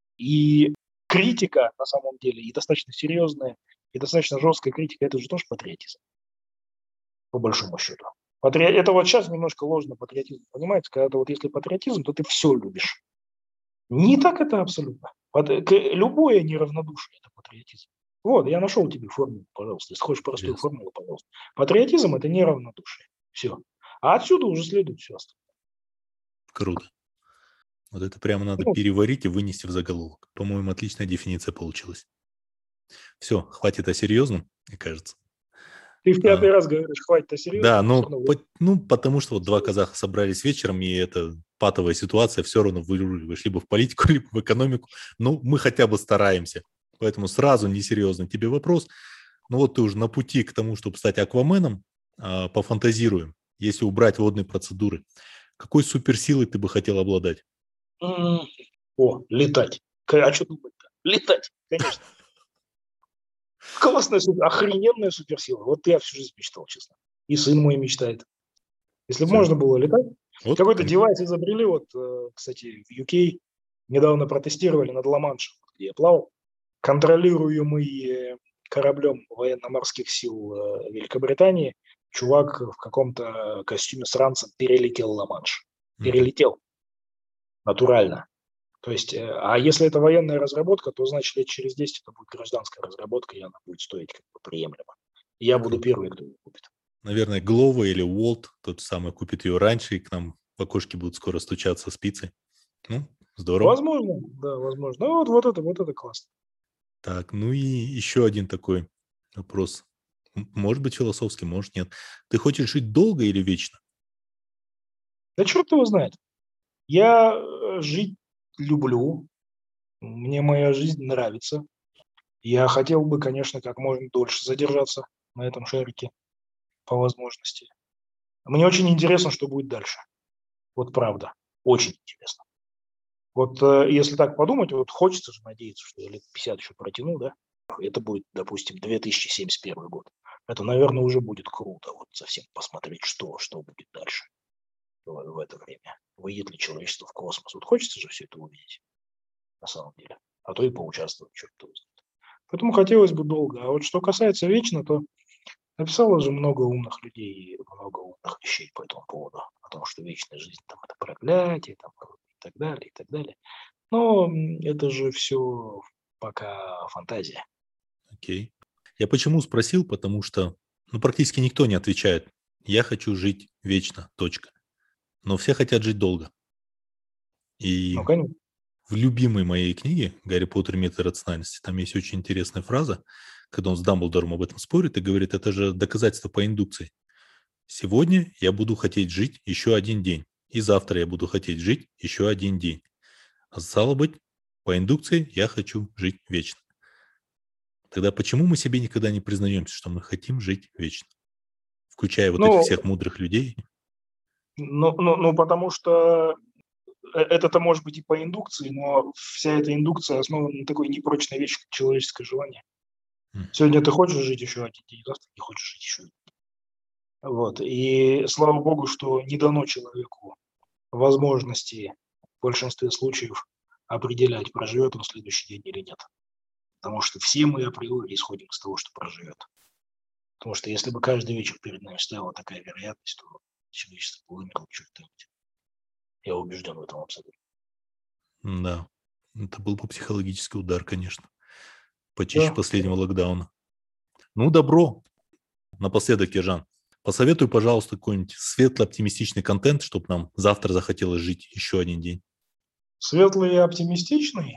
И критика, на самом деле, и достаточно серьезная, и достаточно жесткая критика – это же тоже патриотизм, по большому счету. Патри... Это вот сейчас немножко ложно патриотизм, понимаете? Когда вот если патриотизм, то ты все любишь. Не так это абсолютно. Любое неравнодушие – это патриотизм. Вот, я нашел тебе формулу, пожалуйста. Если хочешь простую yes. формулу, пожалуйста. Патриотизм – это неравнодушие. Все. А отсюда уже следует все остальное. Круто. Вот это прямо надо ну, переварить и вынести в заголовок. По-моему, отличная дефиниция получилась. Все, хватит о серьезном, мне кажется. Ты в пятый а, раз говоришь, хватит о серьезном. Да, но по, ну, потому что вот два казаха собрались вечером, и это патовая ситуация, все равно выруливаешь либо в политику, либо в экономику. Ну, мы хотя бы стараемся. Поэтому сразу несерьезно тебе вопрос. Ну вот ты уже на пути к тому, чтобы стать Акваменом, а, пофантазируем. Если убрать водные процедуры, какой суперсилой ты бы хотел обладать? О, летать. А что думать-то? Летать, конечно. Классная, охрененная суперсила. Вот я всю жизнь мечтал, честно. И сын мой мечтает. Если бы можно было летать. Вот, какой-то конечно. Девайс изобрели, вот, кстати, в ю кей недавно протестировали над Ла-Маншем, где я плавал. Контролируемый кораблем военно-морских сил Великобритании чувак в каком-то костюме с ранцем перелетел Ла-Манш. Перелетел. Натурально. То есть, а если это военная разработка, то значит лет через десять это будет гражданская разработка, и она будет стоить как бы приемлемо. И я буду первый, кто ее купит. Наверное, Глова или Уолт, тот самый, купит ее раньше, и к нам в окошке будут скоро стучаться спицы. Ну, здорово. Возможно, да, возможно. Ну, вот, вот это, вот это классно. Так, ну и еще один такой вопрос. Может быть философский, может нет. Ты хочешь жить долго или вечно? Да черт его знает. Я жить люблю. Мне моя жизнь нравится. Я хотел бы, конечно, как можно дольше задержаться на этом шарике по возможности. Мне очень интересно, что будет дальше. Вот правда. Очень интересно. Вот э, если так подумать, вот хочется же надеяться, что я лет пятьдесят еще протяну, да? Это будет, допустим, две тысячи семьдесят первый год. Это, наверное, уже будет круто вот совсем посмотреть, что, что будет дальше в, в это время. Выйдет ли человечество в космос. Вот хочется же все это увидеть, на самом деле. А то и поучаствовать, черт его знает. Поэтому хотелось бы долго. А вот что касается вечно, то написало же много умных людей, много умных вещей по этому поводу. О том, что вечная жизнь там, это проклятие, там, и так далее, и так далее. Но это же все пока фантазия. Окей. Я почему спросил? Потому что ну, практически никто не отвечает. Я хочу жить вечно. Точка. Но все хотят жить долго. И Ну, конечно. в любимой моей книге «Гарри Поттер и метод рациональности» там есть очень интересная фраза, когда он с Дамблдором об этом спорит и говорит, это же доказательство по индукции. Сегодня я буду хотеть жить еще один день, и завтра я буду хотеть жить еще один день. А стало быть, по индукции я хочу жить вечно. Тогда почему мы себе никогда не признаемся, что мы хотим жить вечно? Включая вот этих Ну, всех мудрых людей. ну, ну, ну, потому что э- это-то может быть и по индукции, но вся эта индукция основана на такой непрочной вещи, как человеческое желание. М. Сегодня ты хочешь жить еще один день, завтра не хочешь жить еще один день. Вот. И слава богу, что не дано человеку возможности в большинстве случаев определять, проживет он следующий день или нет. Потому что все мы априори исходим из того, что проживет. Потому что если бы каждый вечер перед нами стояла такая вероятность, то человечество бы вымерло к чертовой матери. Я убежден в этом абсолютно. Да, это был бы психологический удар, конечно. Почище Да. последнего локдауна. Ну, добро. Напоследок, Ержан, посоветуй, пожалуйста, какой-нибудь светло-оптимистичный контент, чтобы нам завтра захотелось жить еще один день. Светлый и оптимистичный.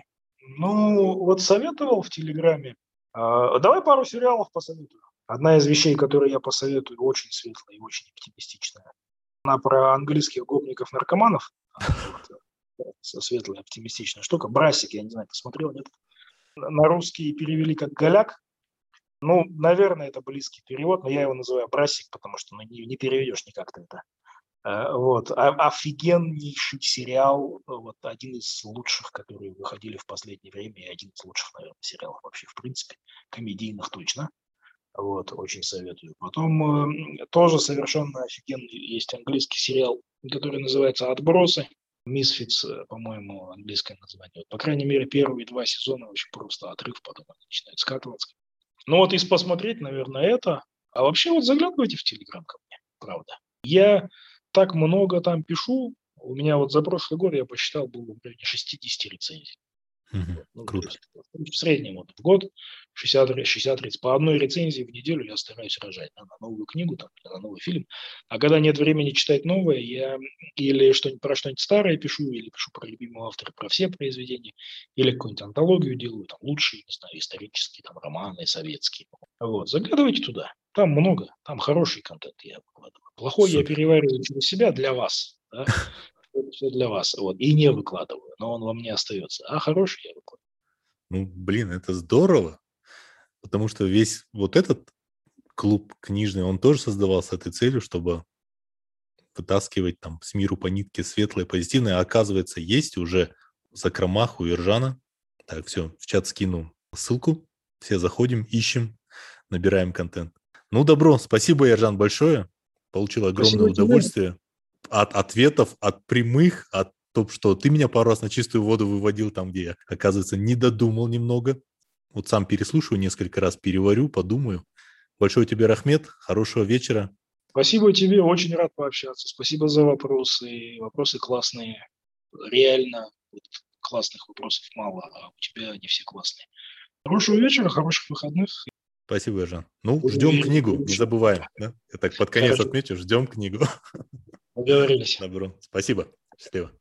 Ну, вот советовал в Телеграме. А, давай пару сериалов посоветую. Одна из вещей, которые я посоветую, очень светлая и очень оптимистичная. Она про английских гопников-наркоманов. Вот. Со светлой оптимистичная штука. Брасик, я не знаю, ты смотрел, нет? На русский перевели как «Голяк». Ну, наверное, это близкий перевод, но я его называю «Брасик», потому что ну, не, не переведешь никак-то это. А, вот. А, офигеннейший сериал, вот один из лучших, которые выходили в последнее время, и один из лучших, наверное, сериалов вообще, в принципе, комедийных точно. Вот, очень советую. Потом э, тоже совершенно офигенный есть английский сериал, который называется «Отбросы». «Мисфитс», по-моему, английское название. Вот, по крайней мере, первые два сезона очень просто отрыв, потом они начинают скатываться. Ну вот из посмотреть, наверное, это. А вообще вот заглядывайте в Телеграм ко мне, правда. Я так много там пишу. У меня вот за прошлый год, я посчитал, было в районе шестьдесят рецензий. Мгм. Вот, ну, то Круто. есть в среднем вот в год шестьдесят шестьдесят по одной рецензии в неделю я стараюсь рожать, да, на новую книгу там, или на новый фильм. А когда нет времени читать новое, я или что-нибудь про что-нибудь старое пишу, или пишу про любимого автора, про все произведения, или какую-нибудь антологию делаю, там лучшие, не знаю, исторические, там романы советские. Вот, заглядывайте туда. Там много, там хороший контент я выкладываю. Плохой я Супер. перевариваю через себя для вас, да. Это все для вас. Вот. И не выкладываю, но он во мне остается. А хороший я выкладываю. Ну, блин, это здорово, потому что весь вот этот клуб книжный, он тоже создавался с этой целью, чтобы вытаскивать там с миру по нитке светлое, позитивное. А оказывается, есть уже в закромах у Ержана. Так, все, в чат скину ссылку. Все заходим, ищем, набираем контент. Ну, добро. Спасибо, Ержан, большое. Получил огромное Спасибо тебе. удовольствие от ответов, от прямых, от того, что ты меня пару раз на чистую воду выводил там, где я, оказывается, не додумал немного. Вот сам переслушаю несколько раз, переварю, подумаю. Большое тебе, Рахмет. Хорошего вечера. Спасибо тебе. Очень рад пообщаться. Спасибо за вопросы. Вопросы классные. Реально вот, классных вопросов мало, а у тебя они все классные. Хорошего вечера, хороших выходных. Спасибо, Ержан. Ну, Будем ждем верить в книгу, не лучшее. забываем. Да? Я так под конец Хорошо. отмечу, ждем книгу. Договорились. Добро. Спасибо. Счастливо.